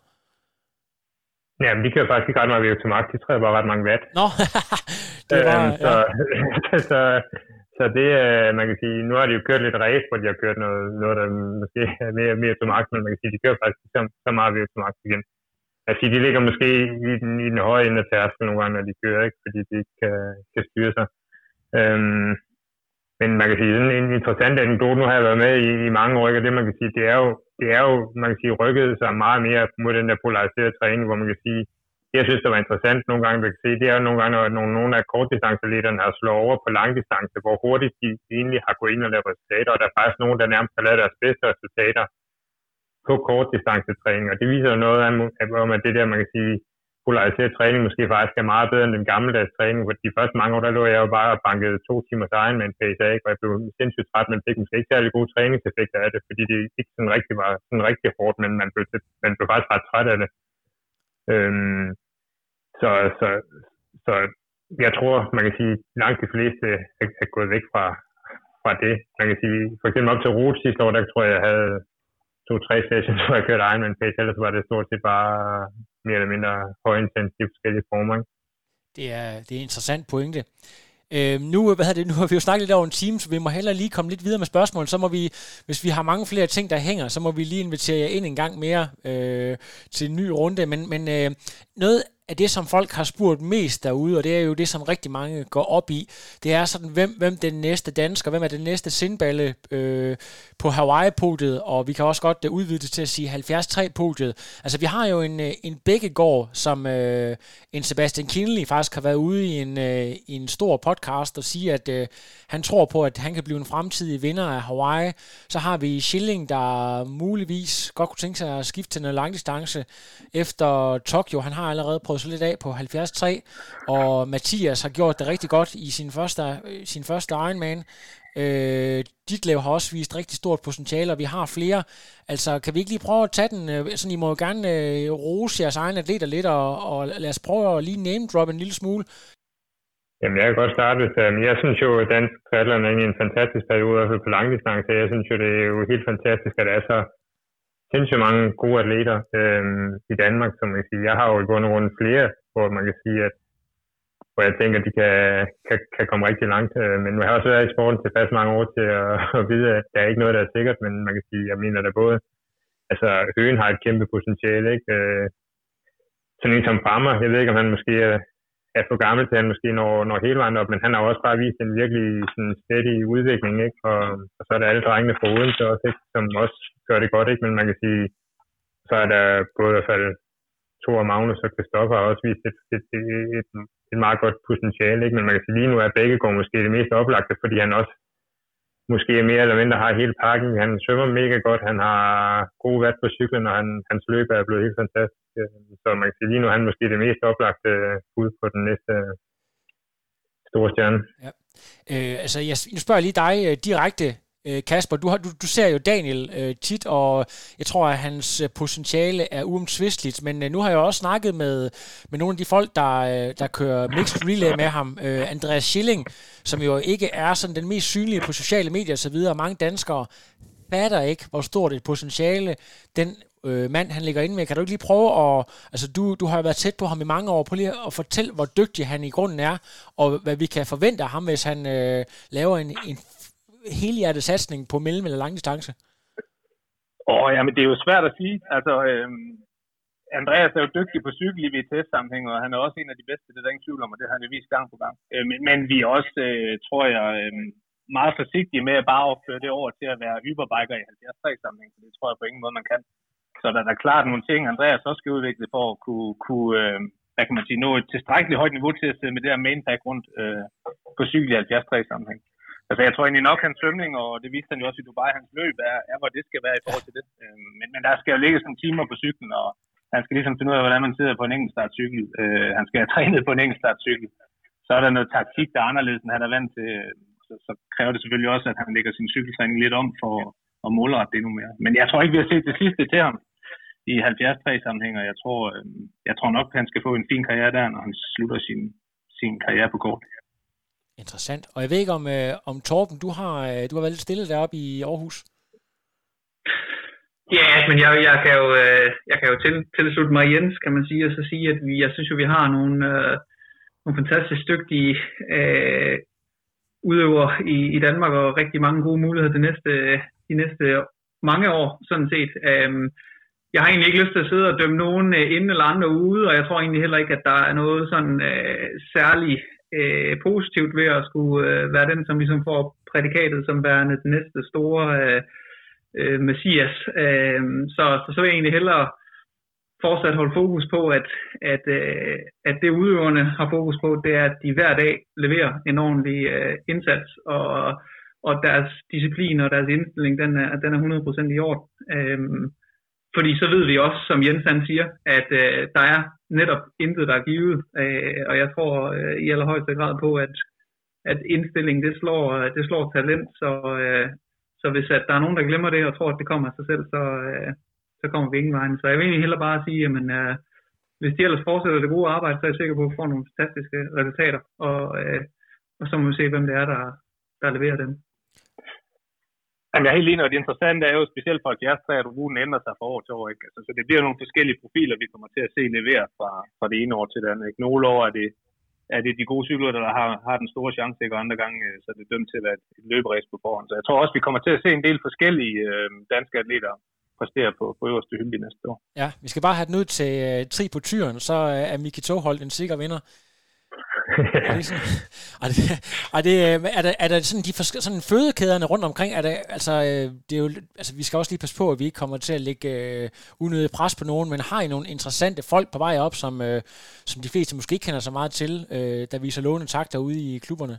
Jamen, de kører faktisk ikke ret meget V O to max, de træder bare ret mange watt. Nå, det var, øhm, så, ja. så, så det, man kan sige, nu har de jo kørt lidt race, hvor de har kørt noget, noget der måske er mere, mere to max, men man kan sige, de kører faktisk så, så meget V O to max igen. Altså, de ligger måske i den, i den høje ende af tærsken nogle gange, når de kører, ikke? Fordi de ikke kan, kan styre sig. Øhm, men man kan sige, sådan en interessant anekdote, nu har jeg været med i, i mange år, og det man kan sige, det er jo, det er jo, man kan sige, rykket sig meget mere mod den der polariserede træning, hvor man kan sige, det jeg synes, der var interessant nogle gange, man kan se, det er jo nogle gange, når nogle, nogle af kortdistancelederne har slået over på langdistance, hvor hurtigt de egentlig har gået ind og lavet resultater, og der er faktisk nogen, der nærmest har lavet deres bedste resultater på kortdistancetræning, og det viser jo noget om, at det der, man kan sige, polariseret træning måske faktisk er meget bedre end den gammeldags træning, for de første mange år, der lå jeg jo bare og bankede to timers egen med en pace af, og jeg blev sindssygt træt, men fik måske ikke særlig gode træningseffekter af det, fordi det ikke sådan rigtig var sådan rigtig hårdt, men man blev, man blev faktisk ret træt af det. Øhm, så, så, så jeg tror, man kan sige, langt de fleste er, er gået væk fra, fra det. Man kan sige, for eksempel op til Rute sidste år, der tror jeg, jeg havde to-tre sessions, hvor jeg kørte Ironman pace, ellers var det stort set bare mere eller mindre højintensive forskellige former. Ikke? Det er, det er en interessant pointe. Øh, nu, hvad det, nu har vi jo snakket lidt over en time, så vi må hellere lige komme lidt videre med spørgsmål. Så må vi, hvis vi har mange flere ting, der hænger, så må vi lige invitere jer ind en gang mere øh, til en ny runde. Men, men øh, noget af det, som folk har spurgt mest derude, og det er jo det, som rigtig mange går op i, det er sådan, hvem, hvem den næste dansker, hvem er den næste Sindballe øh, på Hawaii-podiet, og vi kan også godt uh, udvide det til at sige halvfjerds tre-podiet. Altså, vi har jo en, en Bækkegård, som øh, en Sebastian Kienle faktisk har været ude i en, øh, i en stor podcast og sige, at øh, han tror på, at han kan blive en fremtidig vinder af Hawaii. Så har vi Schilling, der muligvis godt kunne tænke sig at skifte til en langdistance efter Tokyo. Han har allerede prøvet så lidt af på halvfjerds tre, og Mathias har gjort det rigtig godt i sin første, sin første Ironman. Øh, Ditlev har også vist rigtig stort potentiale, og vi har flere. Altså, kan vi ikke lige prøve at tage den? Sådan, I må jo gerne øh, rose jeres egne atleter lidt, og, og lad os prøve at lige name drop en lille smule. Jamen, jeg kan godt starte. Jeg synes jo, at dansk triathlon er i en fantastisk periode, i hvert fald på langdistance. Jeg synes jo, det er jo helt fantastisk, at der er så sindssygt mange gode atleter øh, i Danmark, som man kan sige. Jeg har jo i bund og grund flere, hvor man kan sige, at hvor jeg tænker, at de kan, kan, kan komme rigtig langt. Men jeg har også været i sporten til fast mange år til at, at vide, at der er ikke noget, der er sikkert, men man kan sige, jeg mener, at både, altså Høgen har et kæmpe potentiale, ikke? Sådan en som Brammer, jeg ved ikke, om han måske er, er for gammel til, han måske når, når hele vejen op, men han har også bare vist en virkelig sådan steady udvikling, ikke? Og, og så er der alle drengene fra Odense også, ikke? Som også gør det godt, ikke? Men man kan sige, så er der både i hvert fald Thor, Magnus og Christoffer har også vist et, et, et, et, et meget godt potentiale, ikke? Men man kan sige, lige nu er Bækkegård måske det mest oplagte, fordi han også måske mere eller mindre har hele pakken. Han svømmer mega godt, han har gode watt på cyklen, og han, hans løb er blevet helt fantastisk. Så man kan sige, lige nu er han måske det mest oplagte bud på den næste store stjerne. Ja. Øh, altså, jeg, nu spørger jeg lige dig uh, direkte. øh, Kasper, du, har, du, du ser jo Daniel øh, tit, og jeg tror, at hans potentiale er uomtvisteligt, men øh, nu har jeg også snakket med, med nogle af de folk, der, øh, der kører mixed relay med ham. Øh, Andreas Schilling, som jo ikke er sådan den mest synlige på sociale medier osv., og mange danskere fatter ikke, hvor stort et potentiale den øh, mand, han ligger inde med. Kan du ikke lige prøve at... Altså, du, du har været tæt på ham i mange år. Prøv lige at fortælle, hvor dygtig han i grunden er, og hvad vi kan forvente af ham, hvis han øh, laver en, en helhjertet satsning på mellem- eller lang distance. Åh, oh, ja, men det er jo svært at sige. Altså, øh, Andreas er jo dygtig på cykel i V T S-sammenhæng, og han er også en af de bedste, det er der ingen tvivl om, og det har han jo vist gang på gang. Øh, men, men vi er også, øh, tror jeg... Øh, meget forsigtige med at bare opføre det over til at være hyperbiker i halvfjerds tre sammenhæng, så det tror jeg på ingen måde, man kan. Så der er der klart nogle ting, Andreas også skal udvikle for at kunne, kunne øh, hvad kan man sige, nå et tilstrækkeligt højt niveau til at sidde med det her mainpack rundt øh, på cykel i halvfjerds tre sammenhæng. Altså jeg tror egentlig nok, hans svømning, og det viste han jo også i Dubai, hans løb er, er hvor det skal være i forhold til det. Øh, men, men der skal jo ligge sådan timer på cyklen, og han skal ligesom finde ud af, hvordan man sidder på en enkeltstartcykel. Øh, han skal have trænet på en enkeltstartcykel. Så er der noget taktik, der er anderledes, end han er vant til. Så, så kræver det selvfølgelig også, at han lægger sin cykeltræning lidt om for at målrette det endnu mere. Men jeg tror ikke, vi har set det sidste til ham i halvfjerds tre sammenhænger. Jeg tror, øh, jeg tror nok, at han skal få en fin karriere der, når han slutter sin, sin karriere på kort. Interessant. Og jeg ved ikke, om, øh, om Torben, du har, øh, du har været lidt stille deroppe i Aarhus? Ja, men jeg, jeg kan jo, øh, jeg kan jo til, tilslutte mig Jens, kan man sige, og så sige, at vi, jeg synes jo, vi har nogle, øh, nogle fantastisk dygtige øh, udøver i, i Danmark, og rigtig mange gode muligheder de næste, de næste mange år, sådan set. Um, jeg har egentlig ikke lyst til at sidde og dømme nogen uh, inden eller andre ude, og jeg tror egentlig heller ikke, at der er noget sådan uh, særligt uh, positivt ved at skulle uh, være den, som ligesom får prædikatet som værende den næste store uh, uh, messias. Uh, så, så så vil jeg egentlig hellere fortsat holde fokus på, at, at, øh, at det udøverne har fokus på, det er, at de hver dag leverer en ordentlig øh, indsats, og, og deres disciplin og deres indstilling, den er, den er hundrede procent i orden. Øhm, fordi så ved vi også, som Jens han siger, at øh, der er netop intet, der er givet, øh, og jeg tror øh, i allerhøjeste grad på, at, at indstillingen, det slår, det slår talent, så, øh, så hvis at der er nogen, der glemmer det, og tror, at det kommer af sig selv, så... Øh, så kommer vi ingen vejen. Så jeg vil egentlig hellere bare sige, at uh, hvis de ellers fortsætter det gode arbejde, så er jeg sikker på, at vi får nogle fantastiske resultater, og, uh, og så må vi se, hvem det er, der, der leverer dem. Jamen, jeg er helt enig, og det interessante er jo specielt for halvfjerds tre, at ruten ændrer sig fra år til år. Ikke? Altså, så det bliver nogle forskellige profiler, vi kommer til at se levere fra, fra det ene år til det andet. Ikke? Nogle år er det, er det de gode cykler, der har, har den store chance, ikke? Og andre gange så er det dømt til at være et løberæs på forhånd. Så jeg tror også, vi kommer til at se en del forskellige øh, danske atleter præstere på, på øverste hylde næste år. Ja, vi skal bare have den ud til uh, tri på tyren, så uh, er Miki Togholt en sikker vinder. er det sådan, er det, er det, er der, er der sådan de sådan fødekæderne rundt omkring, er der, altså, det er jo, altså, vi skal også lige passe på, at vi ikke kommer til at lægge uh, unødigt pres på nogen, men har I nogle interessante folk på vej op, som, uh, som de fleste måske ikke kender så meget til, uh, der viser lovende takter ude i klubberne?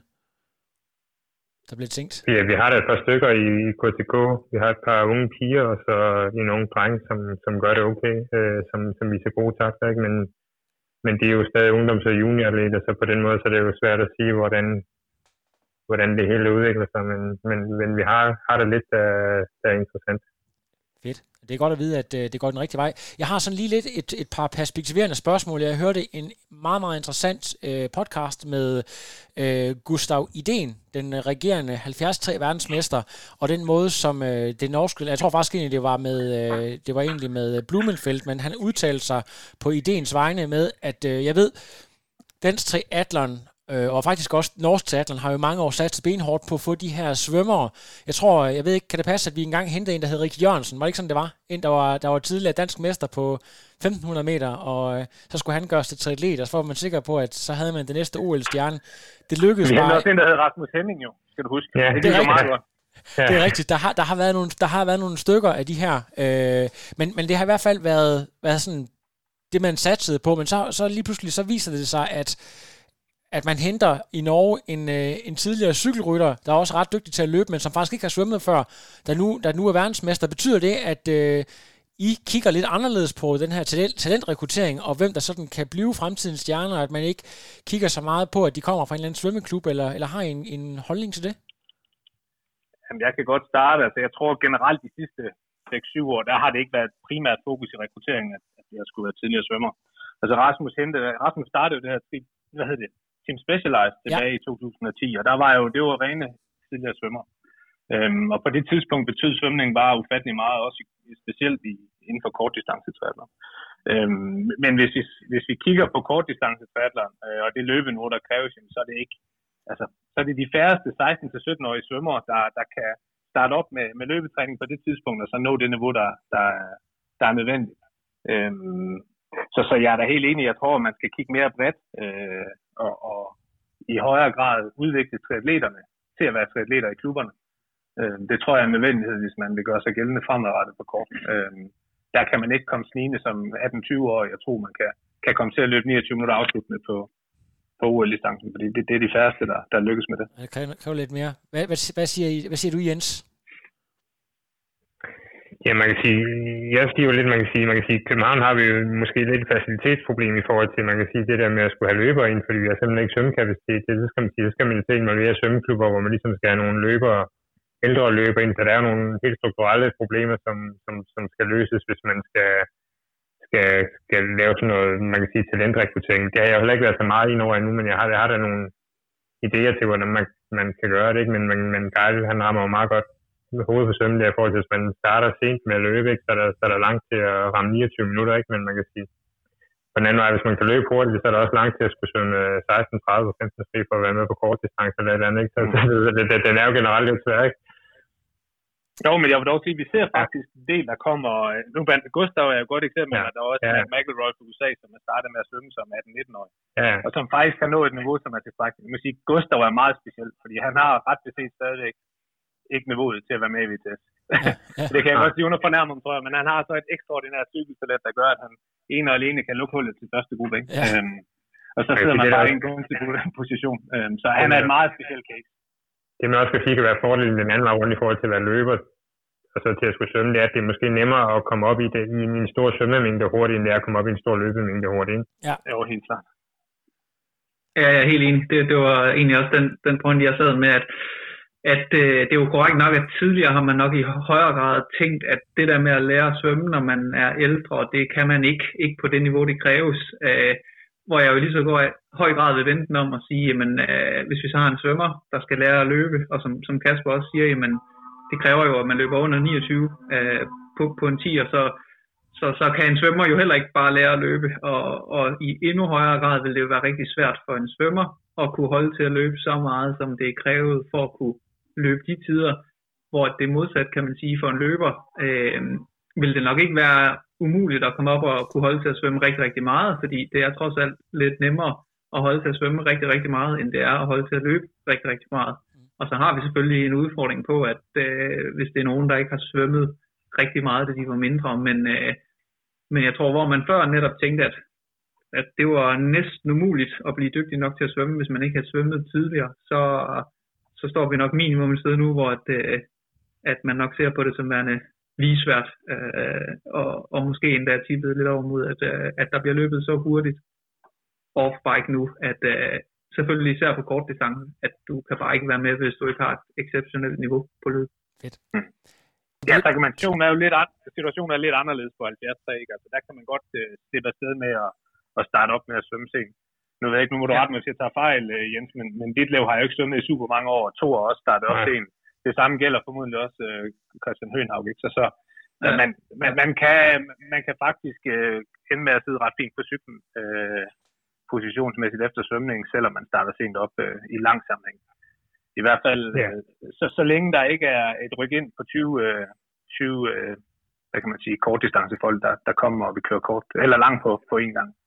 Der bliver tænkt. Ja, vi har da et par stykker i K T K. Vi har et par unge piger, og så en unge dreng, som, som gør det okay, øh, som, som viser gode takter, ikke? Men, men det er jo stadig ungdoms- og junioratleter, så på den måde så er det jo svært at sige, hvordan, hvordan det hele udvikler sig, men, men, men vi har, har det lidt, der, der er interessant. Fedt. Det er godt at vide, at uh, det går den rigtige vej. Jeg har sådan lige lidt et, et par perspektiverende spørgsmål. Jeg hørte en meget, meget interessant uh, podcast med uh, Gustav Idén, den regerende halvfjerds tre verdensmester, og den måde, som uh, det norske, jeg tror faktisk egentlig, det var med, uh, det var egentlig med Blumenfeldt, men han udtalte sig på Idéns vegne med, at uh, jeg ved, dansk triathlon, Øh, og faktisk også norsk triathlon har jo mange år sat benhårdt på at få de her svømmere. Jeg tror, jeg ved ikke, kan det passe, at vi engang hentede en, der hed Rik Jørgensen? Var det ikke sådan, det var? En, der var, der var tidligere dansk mester på femten hundrede meter, og øh, så skulle han gøres til triatlet, og så var man sikker på, at så havde man det næste O L-stjerne. Det lykkedes bare... Vi havde også en, der hed Rasmus Hemming jo, skal du huske. Ja, det, det er rigtigt. Meget Ja. Det er rigtigt. Der har, der, har været nogle, der har været nogle stykker af de her, øh, men, men det har i hvert fald været, været sådan det, man satsede på, men så, så lige pludselig så viser det sig, at at man henter i Norge en, øh, en tidligere cykelrytter, der er også ret dygtig til at løbe, men som faktisk ikke har svømmet før, der nu, der nu er verdensmester. Betyder det, at øh, I kigger lidt anderledes på den her talent, talentrekruttering, og hvem der sådan kan blive fremtidens stjerner, at man ikke kigger så meget på, at de kommer fra en eller anden svømmeklub, eller, eller har I en, en holdning til det? Jamen, jeg kan godt starte. Altså, jeg tror generelt de sidste seks syv år, der har det ikke været primært fokus i rekrutteringen, at, at jeg skulle være tidligere svømmer. Altså, Rasmus, hente, Rasmus startede jo det her, hvad hedder det, Team Specialized tilbage ja. i to tusind og ti, og der var jo, det var rene tidligere svømmer. Øhm, og på det tidspunkt betød svømning bare ufattelig meget, også i, specielt i, inden for kortdistancetriathlon. Øhm, men hvis vi, hvis vi kigger på kortdistancetriathlon, øh, og det løbeniveau, der kræves, så er det ikke, altså, så er det de færreste seksten til sytten-årige svømmere, der, der kan starte op med, med løbetræning på det tidspunkt, og så nå det niveau, der, der, der er nødvendigt. Øhm, så, så jeg er da helt enig, jeg tror, at man skal kigge mere bredt, øh, og, og i højere grad udvikle triatleterne til at være triatleter i klubberne. Øh, det tror jeg er en nødvendighed, hvis man vil gøre sig gældende fremadrettet på kort. Øh, der kan man ikke komme snigende som atten tyve år. Jeg tror, man kan, kan komme til at løbe niogtyve minutter afsluttende på, på O L-distancen, fordi det, det er de færreste, der, der lykkes med det. Det kræver, kræver lidt mere. Hvad, hvad, hvad, siger I, hvad siger du, Jens? Ja, man kan sige, jeg siger jo lidt, man kan sige, man kan sige, København har vi jo måske lidt et facilitetsproblem i forhold til, man kan sige, det der med at skulle have løbere ind, fordi vi har simpelthen ikke svømmekapacitet. Det, så skal man sige, så skal man til involvere svømmeklubber, hvor man ligesom skal have nogle løbere, ældre løbere ind, så der er jo nogle helt strukturelle problemer, som, som, som skal løses, hvis man skal, skal, skal lave sådan noget, man kan sige, talentrekruttering. Det har jeg heller ikke været så meget ind over endnu, men jeg har, jeg har da nogle idéer til, hvordan man, man kan gøre det, ikke? Men, men, men Geil, han rammer jo meget godt med hovedet på svømmen der i forhold til, hvis man starter sent med at løbe, ikke, så, er der, så er der langt til at ramme niogtyve minutter, ikke? Men man kan sige, på den anden vej, hvis man kan løbe hurtigt, så er der også langt til at skulle svømme seksten tredive og femten fri for at være med på kort distance eller et eller andet, ikke? Så mm. det, det, den er jo generelt lidt svær, ikke? Jo, men jeg vil dog sige, at vi ser faktisk en del, der kommer, nu blandt Gustav er jo et godt eksempel, ja. Der er også ja. McElroy fra U S A, som er startet med at svømme som atten nitten-årig, ja. Og som faktisk kan nå et niveau, som er tilstrækkeligt. Jeg må sige, Gustav er meget speciel, fordi han har ret beset stadigvæk ikke niveauet til at være med i V T S. Ja, ja. Det kan jeg godt sige under fornærmelse, tror jeg, men han har så et ekstraordinært cykeltalent, der gør, at han ene og alene kan lukke hullet til første gruppe. Ikke? Ja. Øhm, og så sidder man bare i en gunstig position. Øhm, så han er et meget speciel case. Det man også skal sige kan være fordelen den anden vej rundt i forhold til at være løber, og så til at skulle svømme, det er, at det er måske nemmere at komme op i, det, i en stor svømmemængde hurtigt, end det er at komme op i en stor løbemængde hurtigt. Ja, det var helt klart. Ja, jeg er helt enig. Det, det var egentlig også den, den point, jeg sad med, at at øh, det er jo korrekt nok, at tidligere har man nok i højere grad tænkt, at det der med at lære at svømme, når man er ældre, det kan man ikke, ikke på det niveau, det kræves. Øh, hvor jeg jo lige så går i høj grad vil vente om at sige, jamen, øh, hvis vi så har en svømmer, der skal lære at løbe, og som, som Kasper også siger, jamen, det kræver jo, at man løber under niogtyve øh, på, på en ti, og så, så, så kan en svømmer jo heller ikke bare lære at løbe, og, og i endnu højere grad vil det jo være rigtig svært for en svømmer at kunne holde til at løbe så meget, som det er krævet for at kunne løbe de tider, hvor det er modsat, kan man sige, for en løber, øh, vil det nok ikke være umuligt at komme op og kunne holde til at svømme rigtig, rigtig meget, fordi det er trods alt lidt nemmere at holde til at svømme rigtig, rigtig meget, end det er at holde til at løbe rigtig, rigtig meget. Og så har vi selvfølgelig en udfordring på, at øh, hvis det er nogen, der ikke har svømmet rigtig meget, da de var mindre, men, øh, men jeg tror, hvor man før netop tænkte, at, at det var næsten umuligt at blive dygtig nok til at svømme, hvis man ikke havde svømmet tidligere, så så står vi nok minimum et sted nu, hvor at, øh, at man nok ser på det som værende lige svært, øh, og, og måske endda tippet lidt over mod, at, øh, at der bliver løbet så hurtigt off-bike nu, at øh, selvfølgelig især på kort distance, at du kan bare ikke være med, hvis du ikke har et exceptionelt niveau på løb. Fedt. Mm. Ja, segmentationen er jo lidt, situationen er lidt anderledes på halvfjerds tre, altså der kan man godt øh, slippe afsted med at, at starte op med at svømme sent. Nu ved jeg ikke, nu må du rette mig til at tage fejl, Jens, men, men Ditlev har jo ikke svømmet i super mange år, og to har også startet op sent. Det samme gælder formodentlig også uh, Christian Høenhaug, ikke? Så, så ja. man, man, man, kan, man kan faktisk uh, ende med at sidde ret fint på cyklen uh, positionsmæssigt efter svømning, selvom man starter sent op uh, i lang sammenhæng. I hvert fald, ja. uh, så, så længe der ikke er et ryk ind på tyve, uh, tyve uh, hvad kan man sige, kortdistancefolk, der, der kommer og vi kører kort, eller langt på, på en gang.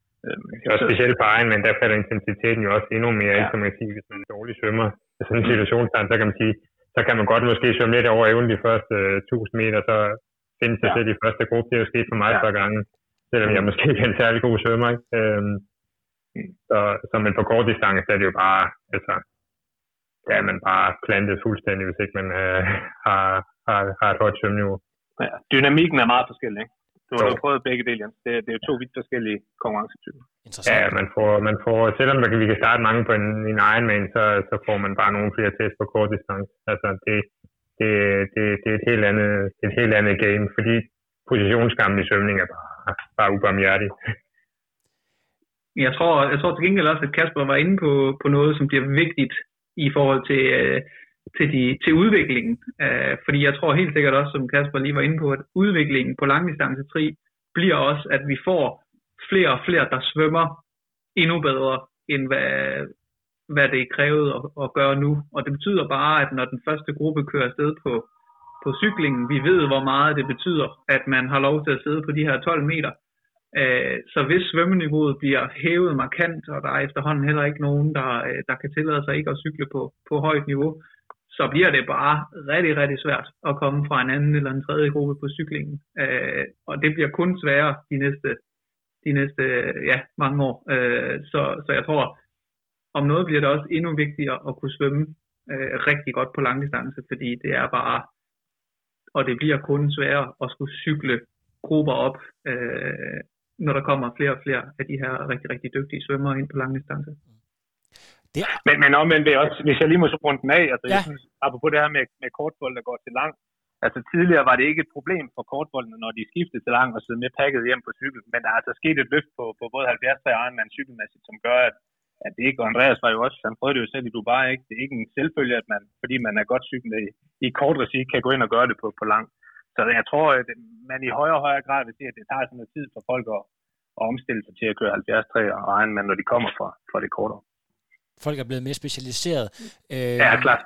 Det er specielt på egen, men der falder intensiteten jo også endnu mere, ja. Ikke, som man kan sige, hvis man er dårlig svømmer. I sådan en situation, så kan man sige, så kan man godt måske svømme lidt over evnen de første uh, tusind meter, så finde sig ja. Selv de første gruppe, det er jo sket for mig et ja. Par gange, selvom jeg måske ikke er en særlig god svømmer. Ikke? Øhm, så, så men på kort distance, så er det jo bare, altså, der er man bare plantet fuldstændig, hvis ikke man uh, har, har, har et højt svømmeniveau. Ja. Dynamikken er meget forskellig, ikke? Du har jo prøvet begge dele, Jens. Det, det er jo to vidt forskellige konkurrencetyper. Ja, man får, man får, selvom man kan, vi kan starte mange på en, en Ironman, så, så får man bare nogle flere tests på kort distance. Altså, det, det, det, det er et helt andet, et helt andet game, fordi positionskampen i svømning er bare, bare ubarmhjertig. Jeg tror, jeg tror til gengæld også, at Kasper var inde på, på noget, som bliver vigtigt i forhold til, øh, til, de, til udviklingen. Øh, fordi jeg tror helt sikkert også, som Kasper lige var inde på, at udviklingen på langdistance tri bliver også, at vi får flere og flere, der svømmer endnu bedre, end hvad, hvad det er krævet at, at gøre nu. Og det betyder bare, at når den første gruppe kører afsted på, på cyklingen, vi ved, hvor meget det betyder, at man har lov til at sidde på de her tolv meter. Så hvis svømmeniveauet bliver hævet markant, og der er efterhånden heller ikke nogen, der, der kan tillade sig ikke at cykle på, på højt niveau, så bliver det bare rigtig, rigtig svært at komme fra en anden eller en tredje gruppe på cyklingen. Og det bliver kun sværere de næste, de næste ja, mange år. Så, så jeg tror, om noget bliver det også endnu vigtigere at kunne svømme rigtig godt på langdistance, fordi det er bare, og det bliver kun sværere at skulle cykle grupper op, øh, når der kommer flere og flere af de her rigtig, rigtig dygtige svømmere ind på langdistance. Det er... Men, men omvendt det også, hvis jeg lige må så runde den af, altså ja. Jeg synes, apropos det her med, med kortbold, der går til lang, altså tidligere var det ikke et problem for kortboldene, når de skiftede til lang og sidde med pakket hjem på cykel, men der er altså sket et løft på, på både halvfjerds tre Ironman cykelmæssigt, som gør, at, at det ikke, og Andreas var jo også, han prøvede det jo selv i Dubai, ikke? Det er ikke en selvfølge, at man, fordi man er godt cyklende i, i kort regi, kan gå ind og gøre det på, på lang. Så jeg tror, at man i højere og højere grad vil se, at det tager sådan noget tid for folk at, at omstille sig til at køre halvfjerds tre og Ironman, når de kommer fra, fra det kortere. Folk er blevet mere specialiseret. Øh, ja, klart.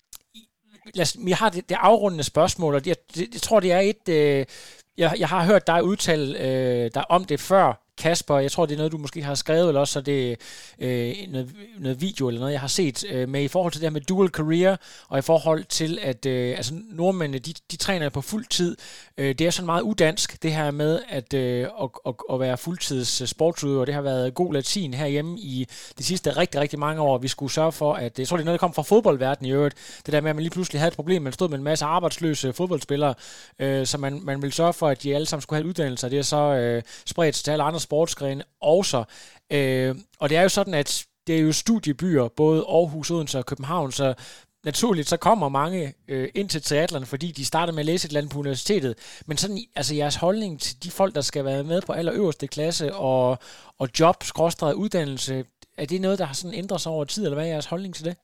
Lad os, vi har det, det afrundende spørgsmål, og jeg, det, jeg tror, det er et... Øh, jeg, jeg har hørt dig udtale øh, dig om det før, Kasper. Jeg tror, det er noget, du måske har skrevet, eller også så det er øh, noget, noget video eller noget, jeg har set øh, med i forhold til det her med dual career, og i forhold til, at øh, altså, nordmændene, de, de træner på fuld tid. Øh, det er sådan meget udansk, det her med at, øh, at, at, at være fuldtids sportsudøver. Det har været god latin herhjemme i de sidste rigtig, rigtig mange år. Vi skulle sørge for, at jeg tror, det er noget, der kom fra fodboldverdenen i øvrigt. Det der med, at man lige pludselig havde et problem. Man stod med en masse arbejdsløse fodboldspillere, øh, så man, man ville sørge for, at de alle sammen skulle have uddannelser. Det er så øh, spredt til alle andre sportsgrene også. Øh, og det er jo sådan, at det er jo studiebyer, både Aarhus, Odense og København, så naturligt så kommer mange øh, ind til triathlon, fordi de starter med at læse et eller andet på universitetet. Men sådan, altså jeres holdning til de folk, der skal være med på allerøverste klasse og, og job, skråstreg, uddannelse, er det noget, der har sådan ændret sig over tid, eller hvad er jeres holdning til det?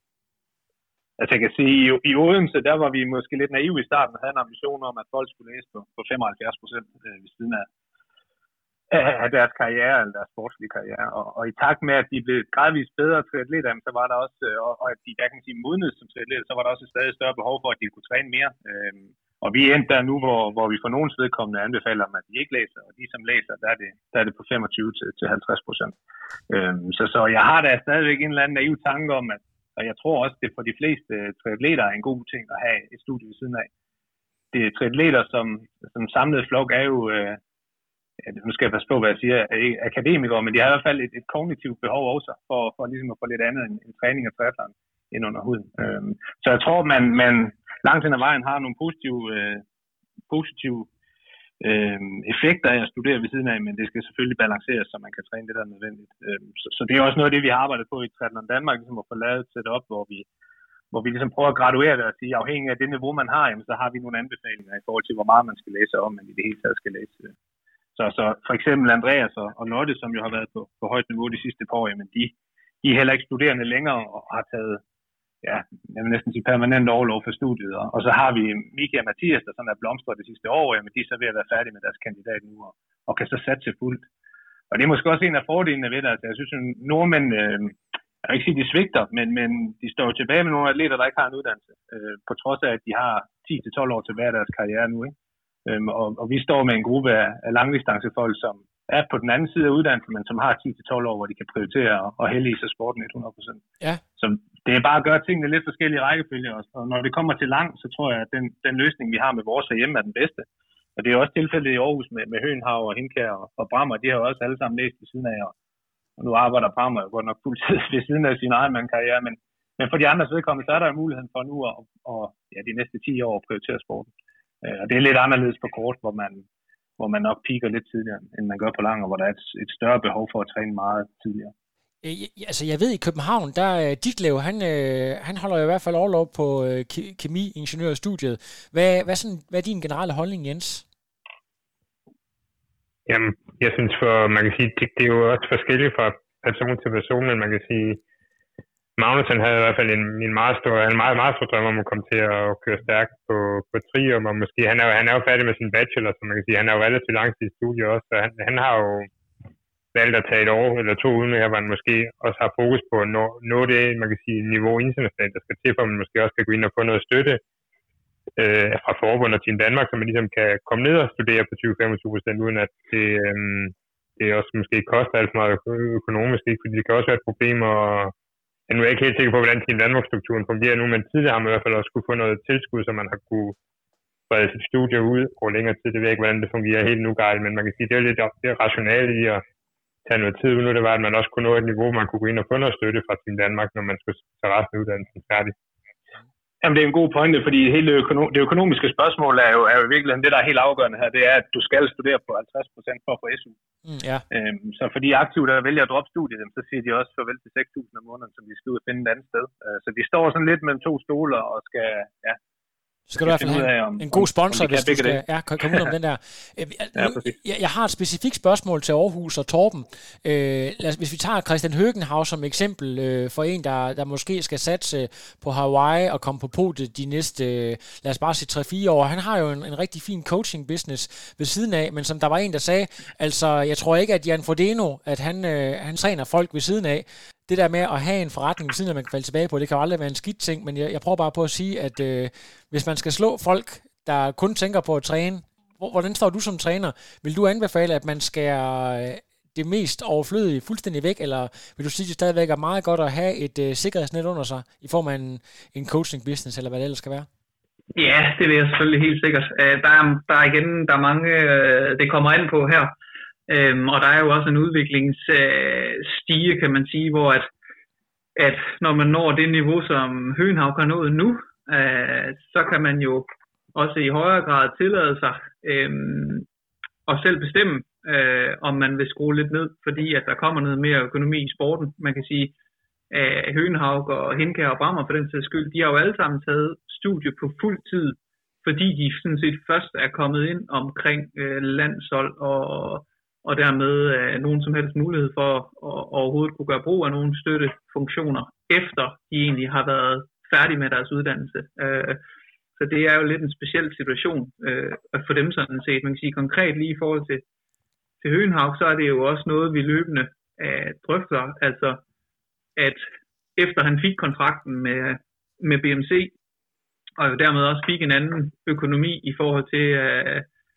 Altså jeg kan sige, i, i Odense, der var vi måske lidt naive i starten, og havde en ambition om, at folk skulle læse på, på femoghalvfjerds procent øh, ved siden af, af deres karriere, eller deres sportslige karriere. Og, og i takt med, at de blev gradvist bedre triatleter, så var der også, og, og at de der kan sige modnes som triatleter, så var der også et stadig større behov for, at de kunne træne mere. Øhm, og vi er endt der nu, hvor, hvor vi for nogens vedkommende anbefaler dem, at de ikke læser, og de som læser, der er det, der er det på femogtyve til halvtreds procent. Øhm, så, så jeg har da stadigvæk en eller anden naiv tanke om, at, og jeg tror også, det for de fleste triatleter er en god ting at have et studie ved siden af. Det er triatleter, som, som samlet flok er jo, øh, nu skal jeg passe på, hvad jeg siger, akademikere, men de har i hvert fald et, et kognitivt behov også, for, for ligesom at få lidt andet end, end træning og triathlon ind under huden. Øhm, så jeg tror, man, man langt hen ad vejen har nogle positive, øh, positive øh, effekter af at studere ved siden af, men det skal selvfølgelig balanceres, så man kan træne det, der er nødvendigt. Øhm, så, så det er også noget af det, vi har arbejdet på i Triathlon Danmark, ligesom at få lavet et setup, hvor vi hvor vi ligesom prøver at graduere det og sige, afhængig af det niveau, man har, jamen, så har vi nogle anbefalinger i forhold til, hvor meget man skal læse om, men i det hele taget skal læse. Så, så for eksempel Andreas og, og Lotte, som jo har været på, på højt niveau de sidste par år, jamen de, de er heller ikke studerende længere og har taget, ja, jeg vil næsten sige permanent overlov for studiet. Og så har vi Mika og Mathias, der sådan er blomstret det sidste år, jamen de er så ved at være færdige med deres kandidat nu og, og kan så satse fuldt. Og det er måske også en af fordelene ved det. Altså, jeg synes, at nordmænd, øh, jeg vil ikke sige, de svigter, men, men de står jo tilbage med nogle atleter, der ikke har en uddannelse, øh, på trods af, at de har ti til tolv år tilbage af deres karriere nu, ikke? Øhm, og, og vi står med en gruppe af, af langdistancefolk, som er på den anden side af uddannelsen, men som har ti til tolv år, hvor de kan prioritere og, og heldige sig sporten hundrede procent. Ja. Så det er bare at gøre tingene lidt forskellige rækkefølge også. Og når det kommer til lang, så tror jeg, at den, den løsning, vi har med vores herhjemme, er den bedste. Og det er også tilfældet i Aarhus med, med Høenhav og Hinkær og, og Brammer. De har jo også alle sammen læst ved siden af, og, og nu arbejder Brammer godt nok fuldtid ved siden af sin egen karriere, men, men for de andres vedkommende, så er der muligheden for nu at, og, ja, de næste ti år at prioritere sporten. Og det er lidt anderledes på kort, hvor man, hvor man nok piker lidt tidligere, end man gør på lang, og hvor der er et, et større behov for at træne meget tidligere. Øh, altså, jeg ved, i København, der er Ditlev, han, øh, han holder i hvert fald overlov på øh, kemiingeniørstudiet. Hvad, hvad, sådan, hvad er din generelle holdning, Jens? Jamen, jeg synes, for man kan sige, det, det er jo også forskelligt fra person til person, men man kan sige, Magnussen havde i hvert fald en, en meget stor, en meget, meget stor drøm om at komme til at køre stærkt på, på trium, og måske, han er, han er jo færdig med sin bachelor, så man kan sige, han er jo relativt langt i studiet også, så han, han har jo valgt at tage et år eller to ude med her, hvor han måske også har fokus på at nå, nå det, man kan sige, niveau internationalt, der skal til, for at man måske også kan gå ind og få noget støtte øh, fra forbundet til Danmark, så man ligesom kan komme ned og studere på tyve til femogtyve procent, uden at det, øh, det også måske koster alt for meget økonomisk, ikke? Fordi det kan også være et problem, og jeg nu er ikke helt sikker på, hvordan Team Danmark-strukturen fungerer nu, men tidligere har man i hvert fald også kunne få noget tilskud, så man har kunne brede sit studie ud over længere tid. Det ved jeg ikke, hvordan det fungerer helt nu galt, men man kan sige, det er lidt det er rationale i at tage noget tid ud. Nu det var, at man også kunne nå et niveau, man kunne gå ind og få noget støtte fra Team Danmark, når man skulle tage resten af uddannelsen færdig. Jamen, det er en god pointe, fordi hele økonom- det økonomiske spørgsmål er jo, er jo virkelig det, der er helt afgørende her. Det er, at du skal studere på halvtreds procent for at få S U. Mm, ja. øhm, så for de aktive, der vælger at droppe studiet, så siger de også farvel til seks tusind om måneden, som de skal ud og finde et andet sted. Uh, så de står sådan lidt mellem to stoler og skal, ja, så skal du i hvert fald have en, en god sponsor, hvis du skal ja, komme ud om den der. Jeg, jeg, jeg har et specifikt spørgsmål til Aarhus og Torben. Øh, lad os, hvis vi tager Christian Høgenhav som eksempel øh, for en, der, der måske skal satse på Hawaii og komme på podiet de næste, øh, lad os bare sige tre fire år. Han har jo en, en rigtig fin coaching business ved siden af, men som der var en, der sagde, altså jeg tror ikke, at Jan Frodeno, at han, øh, han træner folk ved siden af. Det der med at have en forretning ved siden af, man kan falde tilbage på, det kan jo aldrig være en skidt ting, men jeg, jeg prøver bare på at sige, at øh, hvis man skal slå folk, der kun tænker på at træne, hvordan står du som træner? Vil du anbefale, at man skærer øh, det mest overflødige fuldstændig væk, eller vil du sige, at det stadigvæk er meget godt at have et øh, sikkerhedsnet under sig, i form af en, en coaching business, eller hvad det ellers skal være? Ja, det vil jeg selvfølgelig helt sikkert. Der er, der er igen, der er mange, det kommer an på her. Øhm, og der er jo også en udviklingsstige, kan man sige, hvor at, at når man når det niveau, som Høgenhav har nået nu, øh, så kan man jo også i højere grad tillade sig øhm, og selv bestemme, øh, om man vil skrue lidt ned, fordi at der kommer noget mere økonomi i sporten. Man kan sige, at Høgenhav og Hindkær og Brammer for den sags skyld, de har jo alle sammen taget studie på fuld tid, fordi de sådan set først er kommet ind omkring øh, landshold og og dermed øh, nogen som helst mulighed for at overhovedet kunne gøre brug af nogle støttefunktioner, efter de egentlig har været færdige med deres uddannelse. Øh, så det er jo lidt en speciel situation øh, for dem sådan set. Man kan sige konkret lige i forhold til, til Høgenhav, så er det jo også noget, vi løbende øh, drøfter. Altså, at efter han fik kontrakten med, med B M C, og jo dermed også fik en anden økonomi i forhold til øh,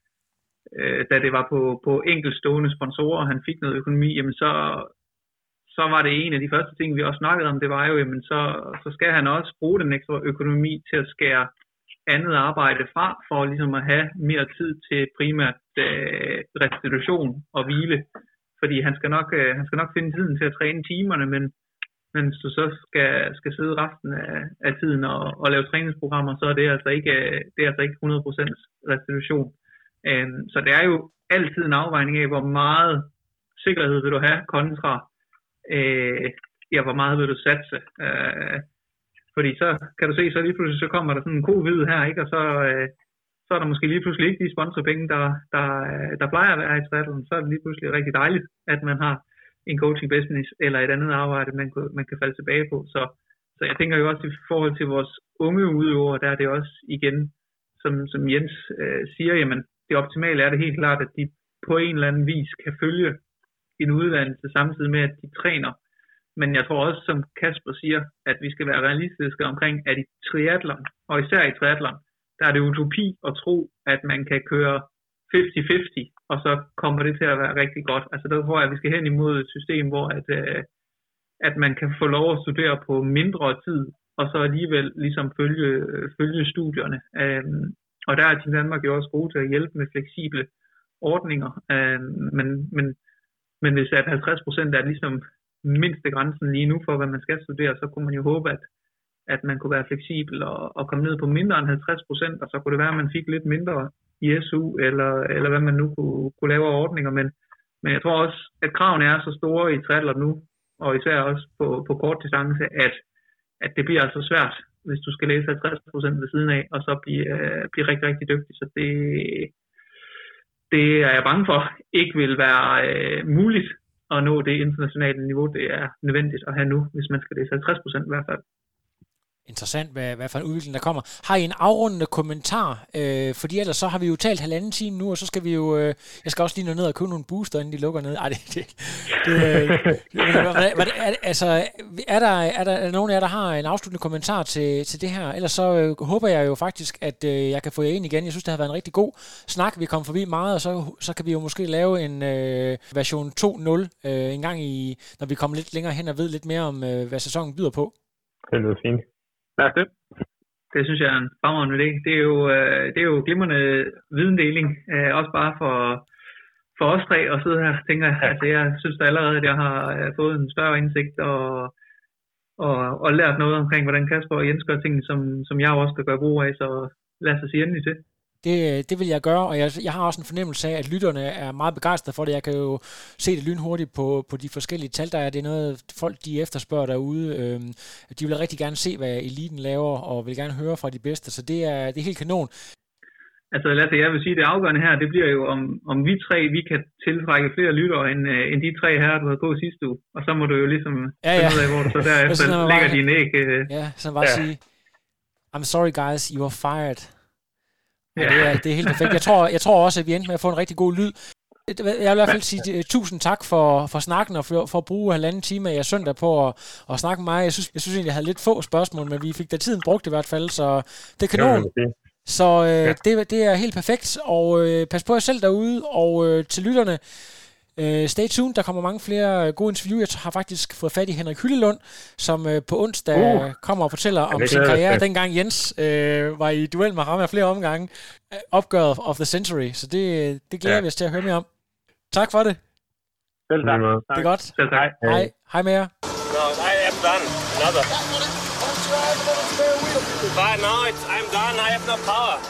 da det var på, på enkeltstående sponsorer, og han fik noget økonomi, jamen så, så var det en af de første ting, vi også snakkede om, det var jo, jamen så, så skal han også bruge den ekstra økonomi til at skære andet arbejde fra, for ligesom at have mere tid til primært øh, restitution og hvile, fordi han skal nok, øh, han skal nok finde tiden til at træne timerne, men, men hvis du så skal, skal sidde resten af, af tiden og, og lave træningsprogrammer, så er det altså ikke, det er altså ikke hundrede procent restitution. Så det er jo altid en afvejning af, hvor meget sikkerhed vil du have kontra, øh, ja, hvor meget vil du satse. Øh, fordi så kan du se, så lige pludselig så kommer der sådan en covid her, ikke? Og så, øh, så er der måske lige pludselig ikke de sponsorpenge, der, der, der plejer at være i triathlon. Så er det lige pludselig rigtig dejligt, at man har en coaching business eller et andet arbejde, man, man kan falde tilbage på. Så, så jeg tænker jo også i forhold til vores unge udøvere, der er det også igen, som, som Jens øh, siger, jamen, det optimale er det helt klart, at de på en eller anden vis kan følge en uddannelse samtidig med, at de træner. Men jeg tror også, som Kasper siger, at vi skal være realistiske omkring, at i triathlon, og især i triathlon, der er det utopi at tro, at man kan køre halvtreds halvtreds, og så kommer det til at være rigtig godt. Altså der tror jeg, at vi skal hen imod et system, hvor at, øh, at man kan få lov at studere på mindre tid, og så alligevel ligesom følge, følge studierne. Um, og der er Team Danmark jo også gode til at hjælpe med fleksible ordninger. Um, men, men, men hvis at halvtreds procent er ligesom mindste grænsen lige nu for, hvad man skal studere, så kunne man jo håbe, at, at man kunne være fleksibel og, og komme ned på mindre end halvtreds procent, og så kunne det være, at man fik lidt mindre i S U, eller, eller hvad man nu kunne, kunne lave ordninger. Men, men jeg tror også, at kravene er så store i triathlon nu, og især også på, på kort distance, at, at det bliver altså svært, hvis du skal læse halvtreds procent ved siden af, og så blive, øh, blive rigtig, rigtig dygtig. Så det, det er jeg bange for ikke vil være øh, muligt at nå det internationale niveau, det er nødvendigt at have nu, hvis man skal læse halvtreds procent i hvert fald. Interessant, hvad, hvad for en udvikling der kommer. Har I en afrundende kommentar? Øh, fordi ellers så har vi jo talt halvanden time nu, og så skal vi jo... Øh, jeg skal også lige nå ned og købe nogle booster, inden de lukker ned. Ej, det... det, det øh, hvad, er, altså, er der, er, der, er der nogen af jer, der har en afsluttende kommentar til, til det her? Ellers så øh, håber jeg jo faktisk, at øh, jeg kan få jer ind igen. Jeg synes, det har været en rigtig god snak. Vi kom forbi meget, og så, så kan vi jo måske lave en øh, version to nul øh, en gang, i, når vi kommer lidt længere hen og ved lidt mere om, øh, hvad sæsonen byder på. Det lyder fint. Lad os det. Det synes jeg er en fremragende idé. Det er jo, øh, det er jo glimrende videndeling, øh, også bare for, for os tre at sidde her, tænker jeg. Altså, jeg synes da allerede, at jeg har øh, fået en større indsigt og, og, og lært noget omkring, hvordan Kasper og Jens gør tingene, som, som jeg også skal gøre brug af, så lad os sige endelig til. Det, det vil jeg gøre, og jeg, jeg har også en fornemmelse af, at lytterne er meget begejstrede for det. Jeg kan jo se det lynhurtigt på, på de forskellige tal, der er. Det er noget, folk de efterspørger derude. Øhm, de vil rigtig gerne se, hvad eliten laver, og vil gerne høre fra de bedste, så det er, det er helt kanon. Altså Lasse, jeg vil sige, det afgørende her, det bliver jo, om, om vi tre, vi kan tiltrække flere lyttere, end, end de tre her, du havde på sidste uge. Og så må du jo ligesom ja, ja. finde ud af, hvor du så derefter lægger dine æg. Øh. Ja, så bare ja. sige, I'm sorry guys, you are fired. Ja. Det, er, det er helt perfekt. Jeg tror, jeg tror også, at vi endte med at få en rigtig god lyd. Jeg vil i hvert fald sige uh, tusind tak for, for snakken og for, for at bruge halvanden time af jeres søndag på at, at snakke med mig. Jeg synes, jeg synes egentlig, jeg havde lidt få spørgsmål, men vi fik da tiden brugt i hvert fald, så det er kanon. Så uh, ja. det, det er helt perfekt, og uh, pas på jer selv derude, og uh, til lytterne, Uh, stay tuned, der kommer mange flere gode interview. Jeg har faktisk fået fat i Henrik Hyllelund, som uh, på onsdag uh, kommer og fortæller om sin karriere. Det. Dengang Jens uh, var i duel med ham af flere omgange. Uh, opgøret of the century. Så det, det glæder ja. vi os til at høre mere om. Tak for det. Selv tak. Det er godt. Selv tak. Hej. Hej med jer. No, I am done. Another. But now it's, I'm done. I have no power.